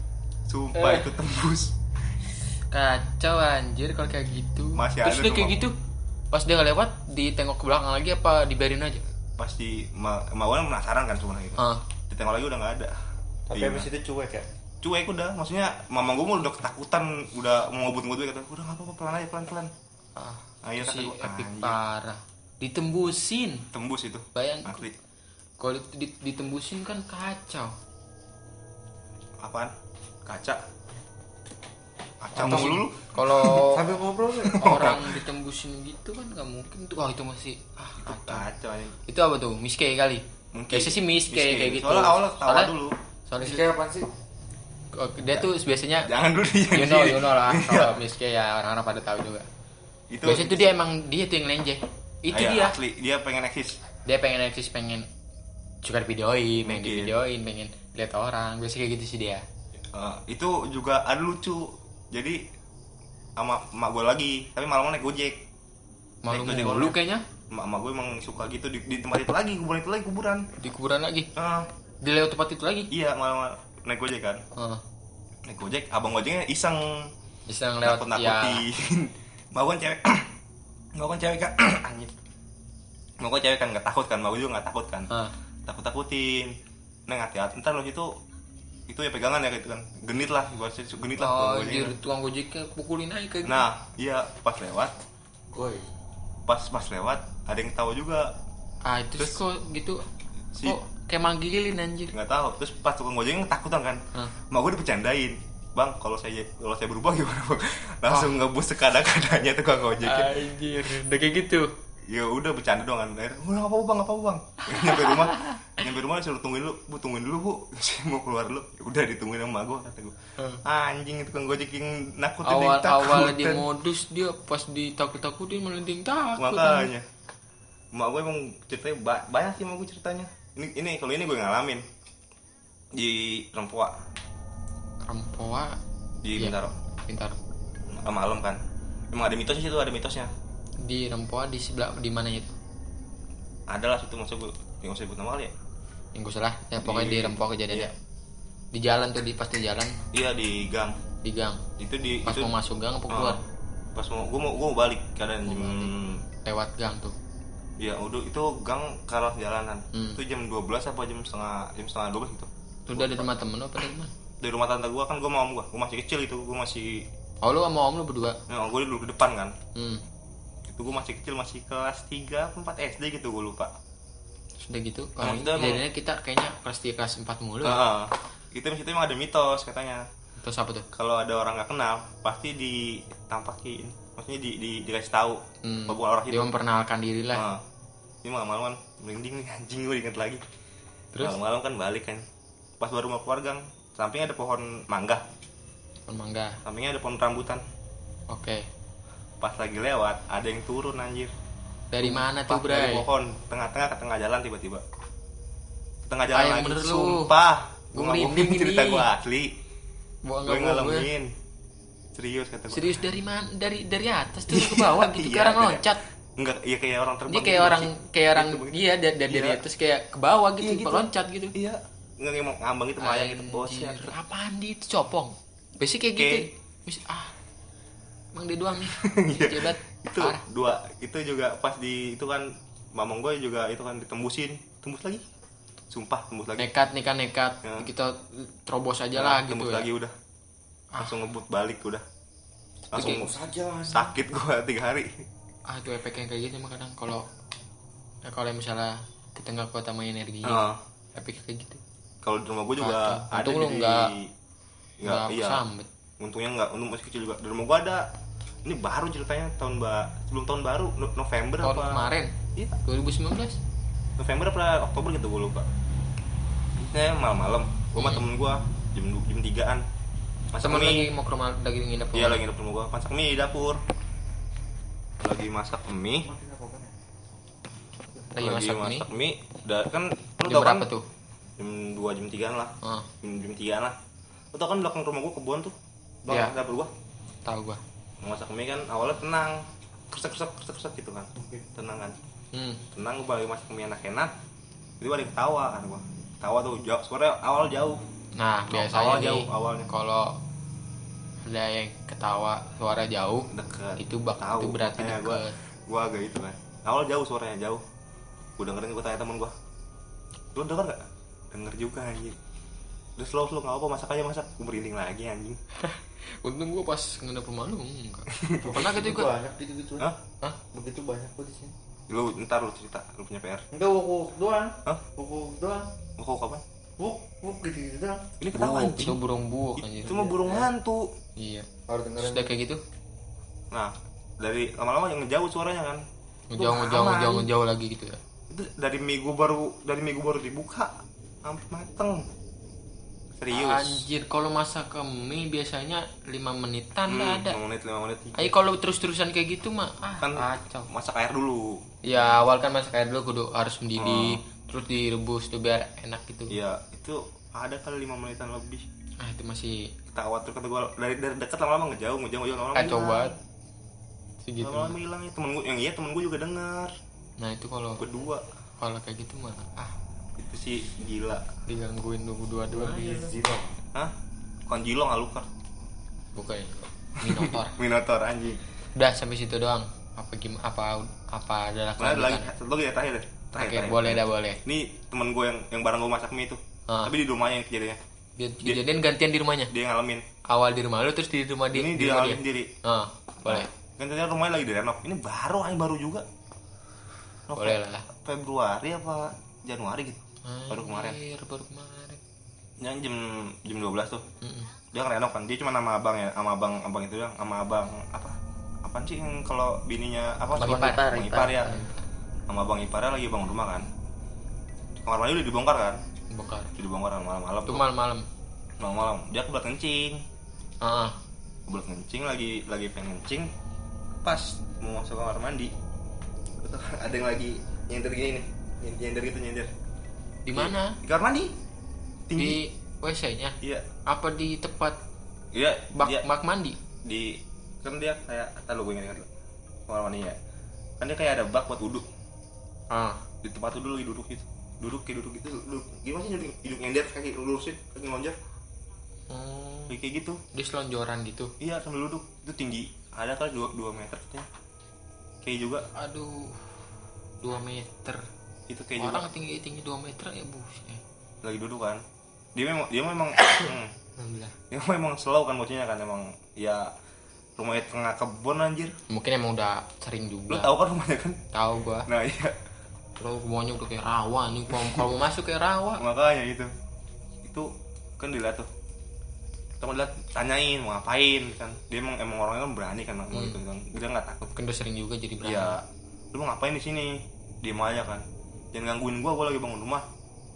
Sumpah Eh. itu tembus. Kacau anjir kalau kayak gitu. Masih Terus ada dia tuh, kayak Bang. gitu. Pas dia nggak lewat, ditengok ke belakang lagi apa dibiarin aja? Pasti ma ma gue penasaran kan sebenarnya gitu. Ah. Ditengok lagi udah nggak ada. Tapi Iya. habis itu cuek ya. Cuek udah, maksudnya mama gue udah ketakutan, udah mau ngebut-ngebut kata, udah nggak apa-apa pelan aja pelan-pelan. Ah, Akhirnya kata si gue, epic anjing. parah. Ditembusin. Tembus itu. Bayang Asli. kalau di- ditembusin kan kacau. Apaan? Kaca. Kaca Atau mulu lu. Kalau Sambil ngobrol nih. orang ditembusin gitu kan nggak mungkin tuh. Oh itu masih ah, kacau. Kaca anjing. Itu apa tuh? Miske kali. Mungkin. Biasanya sih miske Miskin. kayak gitu. Soalnya awalnya ketawa Soalnya- dulu. Soalnya Ini kayak apaan sih? oh, dia tuh biasanya Jangan dulu dia. you know, you know lah kalau miske ya orang-orang pada tahu juga. Itu. Biasanya tuh dia emang dia tuh yang lenje. Itu Ah, iya, dia. Asli, dia pengen eksis. Dia pengen eksis, pengen suka videoin, pengen Mungkin. di videoin, pengen lihat orang. Biasanya kayak gitu sih dia. Eh, itu juga ada lucu. Jadi sama emak gue lagi, tapi malamnya naik gojek. Malu Naik gojek mulu online. kayaknya Emak emak gue emang suka gitu di, di tempat itu lagi, kuburan itu lagi kuburan. di kuburan lagi. Ah, Di lewat tempat itu lagi. iya malam naik gojek kan. Oh, Naik gojek, abang gojeknya iseng bisa lewat nakut ya. nakutin. Mau kan cewek, mau kan cewek kan, anjir. Mau kan cewek kan nggak takut kan, mau juga nggak takut kan. Ah. Takut takutin. Neng hati-hati, ntar lo situ itu ya pegangan ya gitu kan, genit lah, ibaratnya genit lah. Oh, tukang anjir, gojeknya. tukang gojeknya pukulin aja kayak gitu. Nah, iya pas lewat, Goy. pas pas lewat ada yang tahu juga, Ah, itu terus sih kok gitu. si- Kok kayak manggilin anjir. nggak tahu. Terus pas tukang gojeknya takutan kan, Hah? mau gue dipercandain, bang kalau saya kalau saya berubah gimana bang? Langsung Ah. ngebus sekada-kadanya tukang gojeknya. Anjir, udah kayak gitu. Ya udah bercanda doang kan, akhirnya udah nggak apa-apa bang, nggak apa-apa bang. Nyampe rumah, nyampe rumah disuruh tungguin dulu, bu tungguin dulu bu, saya mau keluar dulu. Ya udah ditungguin sama gue, kata gue. Anjing itu tukang gojek yang nakutin Awal yang awal dia takutin. modus, dia pas ditakut-takutin malah dia yang takut. Makanya emak gue emang ceritanya ba- banyak sih emak gue ceritanya. Ini ini kalau ini gue ngalamin di Rempoa Rempoa di Iya. Bintaro pintar. malam kan. Emang ada mitosnya situ, ada mitosnya. Di Rempoa di sebelah di mana itu? Ada lah situ, maksud gue yang usah sebut nama kali ya. Yang gue salah. Ya pokoknya di, Di- Rempoa kejadian iya. ya. Di jalan tuh, di pas di jalan, Iya di gang. di gang. Itu di Pas itu mau masuk gang apa keluar? Ah, pas mau gue mau gue mau balik kadang jam Lewat gang tuh. ya udah itu gang ke arah jalanan. Hmm. Itu jam dua belas apa jam setengah jam setengah dua belas gitu. Lu udah di rumah temen lu apa dari mana? Dari rumah tante gue kan, gue mau om gue gue masih kecil itu, gue masih Oh lu sama om lu berdua. ya, gue dulu ke depan kan. Hmm. Itu gue masih kecil, masih kelas tiga atau empat S D gitu, gue lupa. Sudah gitu. Nah, Kalau kita emang- kejadiannya kita kayaknya kelas tiga kelas empat mulu. Nah, itu itu emang ada mitos katanya. Terus apa tuh? Kalau ada orang nggak kenal pasti ditampakin, maksudnya di, di dikasih tahu Hmm. bahwa orang itu. Dia memperkenalkan diri lah. Nah, ini malam-malam kan merinding nih, anjing gue inget lagi. Terus? Malam-malam kan balik kan, pas baru mau keluar gang, sampingnya ada pohon mangga, Pohon mangga. sampingnya ada pohon rambutan. Oke. Pas lagi lewat ada yang turun anjir. Dari mana Pas tuh, dari Bray? pohon, tengah-tengah ke tengah jalan tiba-tiba. Tengah Ah, jalan yang lagi, bener lu. sumpah. Gua Gue nggak merinding bohong, cerita ini. gue asli. Bohong Gue enggak bohong gue. ngalamin. Serius kata gue. Serius dari mana? Dari dari atas tuh ke bawah gitu. Iya, Kayak orang dari- loncat. Enggak, iya kayak orang terbang. Dia kayak gitu, orang sih. kayak orang Gitu, begitu. iya dari dari, dari Iya. atas kayak ke bawah gitu, Iya, gitu. loncat gitu. Iya. Nggak kayak mau ngambang itu melayang gitu bosnya. Anjir, apaan di itu copong? Biasanya kayak gitu. Kayak- Bis, ah. Emang dia doang nih. Iya. Jebat. Itu Parah. dua itu juga pas di itu kan mamang gue juga itu kan ditembusin, tembus lagi. Sumpah tembus lagi. Nekat nih kan nekat. Ya. Kita terobos aja Nah, lah gitu tembus ya. lagi udah. Langsung ngebut balik udah. Langsung Fokus aja. sakit gue tiga hari. Ah itu efek yang kayak gitu emang kadang kalau ya kalau misalnya kita nggak kuat sama energi Heeh. efek kayak gitu. Kalau di rumah gue juga Kacau. ada Untung lu jadi nggak- nggak Nggak iya. kesambet. Untungnya nggak, untung masih kecil juga. Di rumah gue ada. Ini baru ceritanya tahun ba sebelum tahun baru No- November Tahun apa kemarin Iya, dua ribu sembilan belas. November apa Oktober gitu gue lupa. Ini malam-malam, gue sama Hmm. temen gue jam jam tigaan. Masak Temen lagi mie. mau ke rumah lagi nginep. Iya lagi nginep rumah gue, masak mie di dapur. Lagi masak mie, Lagi masak mie. masak mie. Udah kan, lu Jam tau kan? berapa tuh? Jam dua jam tigaan lah, Ah, jam jam tigaan lah. Lu tau kan belakang rumah gue kebun tuh, Iya. belakang dapur gue. tahu gua. Masak mie kan awalnya tenang, kresek-kresek kresek-kresek gitu kan, tenang kan. Hmm. Tenang gue balik masak mie enak-enak. Jadi ada yang ketawa kan gue. Ketawa tuh jauh, suaranya awal jauh. Nah, biasanya awal nih, jauh awalnya. kalau ada yang ketawa suara jauh Deket. itu bak Tahu, itu berarti makanya deket. gua gua agak itu kan. awal jauh suaranya jauh. Gue dengerin, gue tanya temen gue, lu denger nggak? Denger juga anjing. Udah slow slow nggak apa, masak aja masak. Gue merinding lagi anjing. Untung gue pas ngendap rumah lu enggak. Pernah gitu juga. Banyak gitu-gitu. Hah? Hah? Begitu banyak kok di sini. Lu ntar lu cerita, lu punya P R. Enggak wuk doang. Hah? Wuk doang. Mau kau kapan? Wuk wuk gitu-gitu doang. Ini ketawa Buuk, anjing. itu burung buuk anjir. Itu mah burung hantu. Iya. Harus dengerin. Sudah kayak gitu. Nah, dari lama-lama yang ngejauh suaranya kan. Ngejauh ngejauh ngejauh ngejauh lagi gitu ya. Itu dari minggu baru dari minggu baru dibuka sampai mateng. Serius. Anjir, kalau masak ke mie biasanya lima menitan Hmm, nggak ada. lima menit lima menit. Ayo kalau terus-terusan kayak gitu mah ah, Kan kacau. masak air dulu. Ya awal kan masak air dulu kudu harus mendidih, terus direbus tuh biar enak gitu. Iya, itu ada kali lima menitan lebih. Ah itu masih Ketawa terus kata gue dari dari dekat lama-lama ngejauh ngejauh ngejauh lama-lama. kacau hilang. banget. Segitu. Lama-lama hilang ya temen gue, yang iya temen gue juga dengar. Nah itu kalau Berdua. kalau kayak gitu mah ah Itu sih gila. digangguin nunggu dua-dua. Zino. Hah? Konjilong alukar. Bukan Minotaur. Minotaur anjing. Udah sampai situ doang. Apa gimana apa apa ada Mana ada lagi kelanjutan? satu lagi ya terakhir deh. Oke, boleh dah boleh. Ini temen gue yang yang bareng gue masak mie itu. Ah. Tapi di rumahnya yang kejadiannya. Dia kejadian gantian di rumahnya. Dia ngalamin. Awal di rumah lu terus di rumah dia. Ini di dia rumah ngalamin sendiri. Ah, boleh. Kan ternyata rumahnya lagi direnov. Ini baru anjing baru juga. November, Boleh lah. Februari apa Januari gitu. Baru kemarin. Anjir, baru kemarin. Yang jam jam dua belas tuh. Mm-mm. Dia ngerenov kan. Dia cuma nama abang ya, sama abang abang itu doang, sama abang apa? Apaan sih yang kalau bininya apa? Abang Abang ipar. Abang ipar ya. Sama abang iparnya lagi bangun rumah kan. Kamar mandi udah dibongkar kan? Bongkar. Udah dibongkar kan malam-malam. Itu tuh. malam-malam. Malam-malam. Dia kebelet kencing. Ah, Kebelet kencing lagi lagi pengen kencing. Pas mau masuk kamar mandi. Betul, ada yang lagi nyender gini nih. Nyender gitu nyender. di mana? Di kamar mandi. Tinggi. Di W C-nya? Iya. Apa di tempat Iya, bak dia bak mandi? di kan dia kayak kata lu gue ingat dulu. Kamar mandinya. Kan dia kayak ada bak buat duduk. Ah, Di tempat itu dulu lagi duduk gitu. Duduk kayak duduk gitu. Duduk. Gimana sih duduk, duduk nyender kaki lurusin, kaki lonjor. hmm, Kayak gitu. di selonjoran gitu. Iya, sambil duduk. Itu tinggi. Ada kali dua meter katanya. Kayak juga Aduh, dua meter. itu kayak juga Orang tinggi tinggi dua meter ya buset. lagi duduk kan. Dia memang dia memang hmm, Alhamdulillah. dia memang slow kan bocahnya kan emang ya rumahnya tengah kebun anjir. Mungkin emang udah sering Lu juga. tahu kan rumahnya kan? Tahu gua. Nah, iya. Kalau rumahnya udah kayak rawa nih. Kalau kalau mau masuk kayak rawa. Makanya itu. Itu kan dilihat tuh. Kita lihat tanyain mau ngapain kan. Dia emang emang orangnya kan berani kan mau Hmm. gitu kan. Dia enggak takut. Mungkin udah sering juga jadi berani. Iya. Lu mau ngapain di sini? Diem aja kan. Jangan gangguin gua, gua lagi bangun rumah.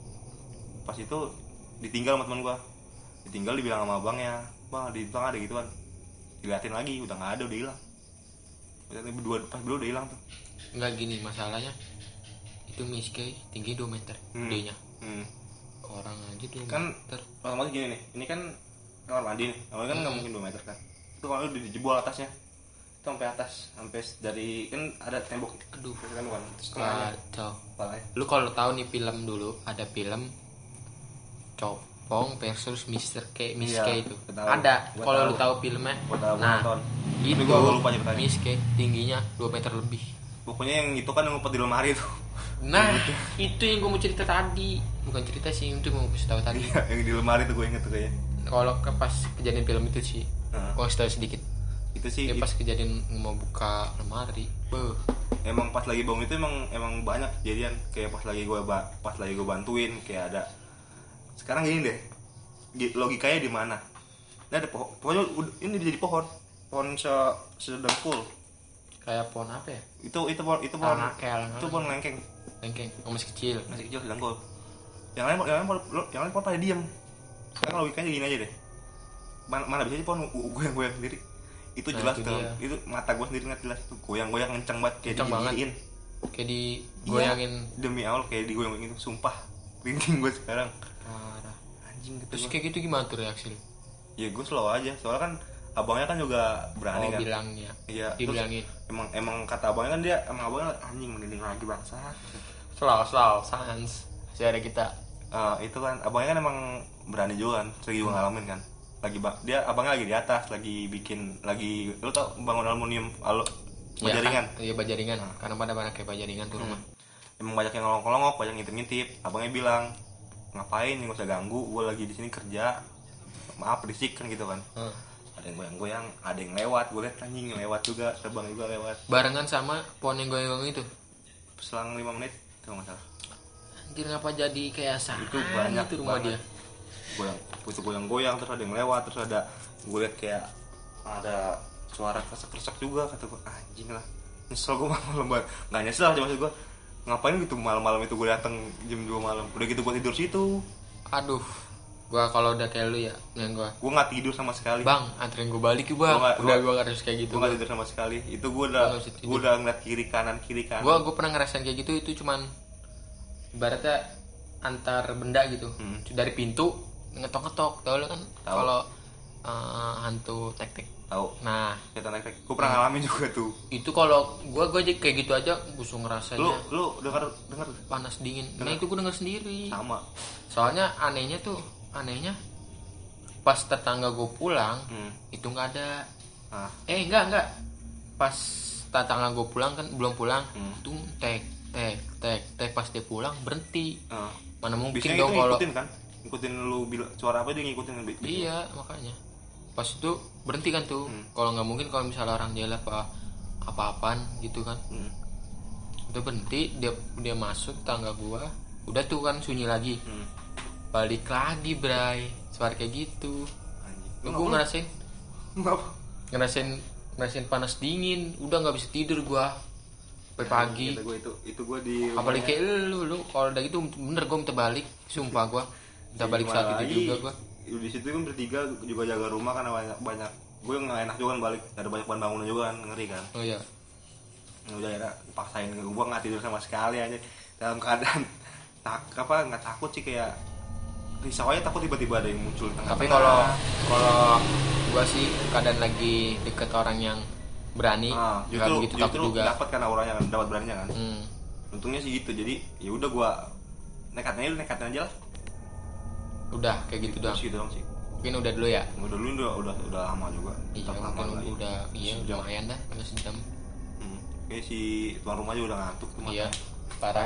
Pas itu ditinggal sama teman gua. Ditinggal dibilang sama abangnya, "Bang, di bang ada gituan." Diliatin lagi, udah enggak ada, udah hilang. Udah berdua pas berdua udah hilang tuh. Enggak gini masalahnya. Itu miskai tinggi dua meter Hmm. gedenya. Hmm. Orang aja dua Kan meter. otomatis gini nih. Ini kan kamar mandi nih. Kamar mandi kan enggak mungkin dua meter kan. Itu kalau udah dijebol atasnya. Itu sampai atas, sampai dari kan ada tembok. Aduh, Kan bukan setengahnya. kacau. Kepalanya. Lu kalau tahu nih film dulu ada film Copong versus mister K, Miss Iya, K itu. gua tahu. Ada. Gua Kalau tahu. lu tahu filmnya. Gua tahu, gua Nah, nonton. itu Tapi gua- gua lupa ceritanya. Miss K tingginya dua meter lebih. Pokoknya yang itu kan yang ngumpet di lemari tuh. Nah, itu yang gue mau cerita tadi. Bukan cerita sih, itu gue mau kasih tahu tadi. Yang di lemari tuh gue inget tuh kayaknya. Kalau ke pas kejadian film itu sih, Heeh. gue kasih tahu sedikit. Itu sih Ya it- pas kejadian mau buka lemari, beuh. emang pas lagi bangun itu emang emang banyak kejadian kayak pas lagi gue ba- pas lagi gue bantuin kayak ada. Sekarang gini deh. gi- Logikanya di mana? Ini ada pohon. Pokoknya ud- ini jadi pohon. Pohon se sedengkul. Kayak pohon apa ya? Itu itu pohon itu pohon. Alang- kayak alang-alang. Itu pohon lengkeng. Lengkeng, oh, masih kecil. Masih kecil sedengkul. Yang lain yang lain pohon- yang lain pohon pada diem. Sekarang logikanya gini aja deh. Mana, mana bisa sih pohon gue yang gue sendiri. Itu Nah, jelas itu tuh. dia. Itu mata gue sendiri nggak jelas itu goyang-goyang kenceng banget kayak Kenceng banget. digigiin. Kayak digoyangin. Iya, demi Allah kayak digoyang gitu, sumpah. Rinding gue sekarang. Parah. Anjing gitu. Terus Gua. kayak gitu gimana tuh reaksi lu? Ya gue slow aja. Soalnya kan abangnya kan juga berani Oh, kan. bilangnya. Iya. terus Dibilangin. Emang emang kata abangnya kan dia emang abangnya anjing merinding lagi bangsa. Slow, slow, sans. Masih ada kita. Eh, itu kan abangnya kan emang berani juga kan. Sering gue ngalamin kan. Lagi bang, dia abangnya lagi di atas, lagi bikin, lagi lu tau bangun aluminium, alu, Ya, Bajaringan. kan? Iya Bajaringan. Karena pada banyak kayak Bajaringan tuh rumah. Emang banyak yang ngelongok-ngelongok, banyak ngintip-ngintip. Abangnya bilang, ngapain, nggak usah ganggu, gue lagi di sini kerja. Maaf berisik kan gitu kan. Hmm. Ada yang goyang-goyang, ada yang lewat, gue liat anjing lewat juga, terbang juga lewat. Barengan sama pohon yang goyang-goyang itu. Selang lima menit, kalau nggak salah. Anjir ngapa jadi kayak asal Itu banyak itu rumah banget. dia. Goyang, itu goyang-goyang, terus ada yang lewat, terus ada, gue liat kayak ada suara kresek-kresek juga, kata gue, anjing lah. Nyesel gue malam banget, nggak nyesel aja maksud gue. Ngapain gitu malam-malam itu gue datang jam dua malam. Udah gitu gue tidur situ. Aduh, gua kalau udah kayak lu ya, yang gua, Gue nggak tidur sama sekali. bang, anterin gua balik yuk bang. Gua nggak- Udah gua- gua harus kayak gitu. Gue nggak tidur sama sekali. Itu gue udah, Gua nggak bisa tidur. gue udah ngeliat kiri kanan kiri kanan. Gua gua pernah ngerasain kayak gitu, itu cuman ibaratnya antar benda gitu. Hmm. Dari pintu ngetok-ngetok, tau lu kan Tahu. kalau eh, hantu tek-tek. Tahu. Nah, Setan naik gue pernah ngalamin juga tuh. itu kalau gua gua aja kayak gitu aja busung rasanya. Lu lu dengar dengar Panas dingin. Nah, itu gua denger sendiri. sama. Soalnya anehnya tuh, anehnya pas tetangga gue pulang Hmm. itu nggak ada. Ah, Eh enggak enggak. Pas tetangga gue pulang kan belum pulang, Hmm. itu tek tek tek tek pas dia pulang berhenti. ah. Mana mungkin Biasanya dong itu kalau ngikutin kan? Ngikutin lu bilang suara apa dia ngikutin. bi- bi- iya makanya. Pas itu berhenti kan tuh. Hmm. Kalau nggak mungkin kalau misalnya orang dia apa apa-apaan gitu kan. Hmm. Itu berhenti, dia dia masuk tangga gua. Udah tuh kan sunyi lagi. Hmm. Balik lagi, Bray. Suara kayak gitu. Anjing. Gue ngerasain Ngapa? ngerasain ngerasain panas dingin, udah nggak bisa tidur gua sampai pagi. Kata gue itu itu gue di Apalagi kayak lu lu kalau udah gitu bener gua minta balik, sumpah gua minta balik saat itu juga gua. Di situ kan bertiga juga jaga rumah karena banyak banyak gue nggak enak juga kan balik, ada banyak bahan bangunan juga kan, ngeri kan. Oh iya. Udah ya paksain gue nggak tidur sama sekali aja dalam keadaan tak apa nggak takut sih, kayak risau aja, takut tiba-tiba ada yang muncul di tengah. Tapi kalau kalau gua sih keadaan lagi deket orang yang berani, nah, nggak justru begitu takut justru juga. dapat kan auranya kan, dapat beraninya kan. Hmm. Untungnya sih gitu, jadi ya udah gue nekatnya nekatnya aja lah. Udah kayak gitu doang. Terus gitu dong sih. Mungkin udah dulu ya. Udah dulu udah udah udah lama juga. Iya Tetap lama mungkin lagi. udah iya udah lumayan dah udah sejam. Hmm. Kayak si tuan rumah juga udah ngantuk tuh. Iya parah.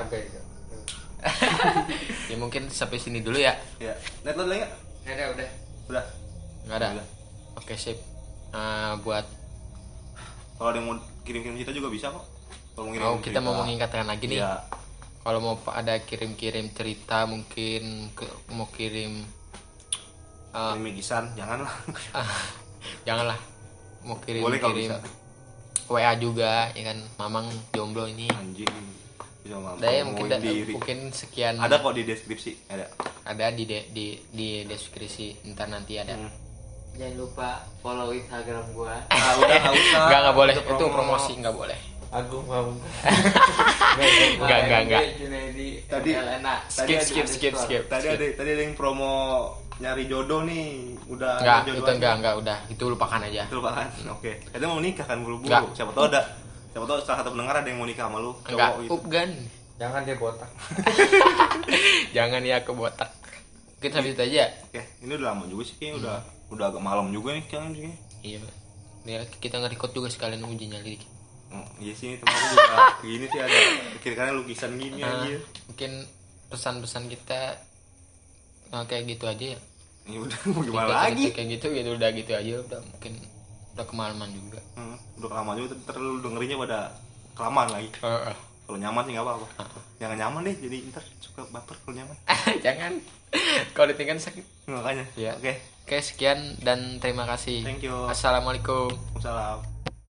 Ya mungkin sampai sini dulu ya. Ya. Net lo lagi nggak? Nggak ada udah. Udah. Nggak ada. Udah. Oke sip. Eh, buat Kalau ada yang mau kirim-kirim kita juga bisa kok. Kalau mau kirim oh, kita cerita. mau mengingatkan lagi nih. Iya. Kalau mau pa- ada kirim-kirim cerita mungkin ke- mau kirim eh, Kirim gisan, jangan lah. ah, janganlah mau Boleh kalau kirim-kirim bisa. W A juga ya kan, Mamang jomblo ini. Anjing. Bisa mampu Udah ya mungkin da- diri. mungkin sekian Ada kok di deskripsi, ada. ada di de- di di deskripsi ntar nanti ada. Hmm. Jangan lupa follow Instagram gua. Ah, udah enggak usah. Enggak enggak boleh, Itu itu promo. promosi enggak boleh. Aku mau. Enggak enggak enggak. Tadi- Skip skip skip skip. Tadi ada tadi ada yang promo nyari jodoh nih. Udah Enggak, ada jodoh itu aja. enggak enggak udah, itu lupakan aja. Itu kan. Oke. Kita mau nikah kan buru-buru. Enggak. Siapa tahu ada. Siapa tahu salah satu pendengar ada yang mau nikah sama lu. Enggak, Cowok gitu. upgan. Jangan dia botak. Jangan ya kebotak. Mungkin sampai itu aja. Oke, ini udah lama juga sih kayaknya udah udah agak malam juga nih kayaknya sih. Iya. Ya, kita nge-record juga sekalian uji nyali dikit. Oh, iya sih, tempatnya juga gini sih, ada kira-kira lukisan gini Ah, aja. mungkin pesan-pesan kita nah, kayak gitu aja ya. Ya udah mau gimana Cerita-cerita lagi? kayak gitu gitu udah gitu aja udah mungkin udah kemalaman juga. Hmm, udah kelamaan juga, terlalu dengerinnya pada kelamaan lagi. Heeh. Kalau nyaman sih nggak apa-apa. Jangan nyaman deh, jadi ntar suka baper kalau nyaman. Jangan. Kalau ditinggal sakit. Makanya. Ya. Oke, Oke, sekian dan terima kasih. thank you. Assalamualaikum. Waalaikumsalam.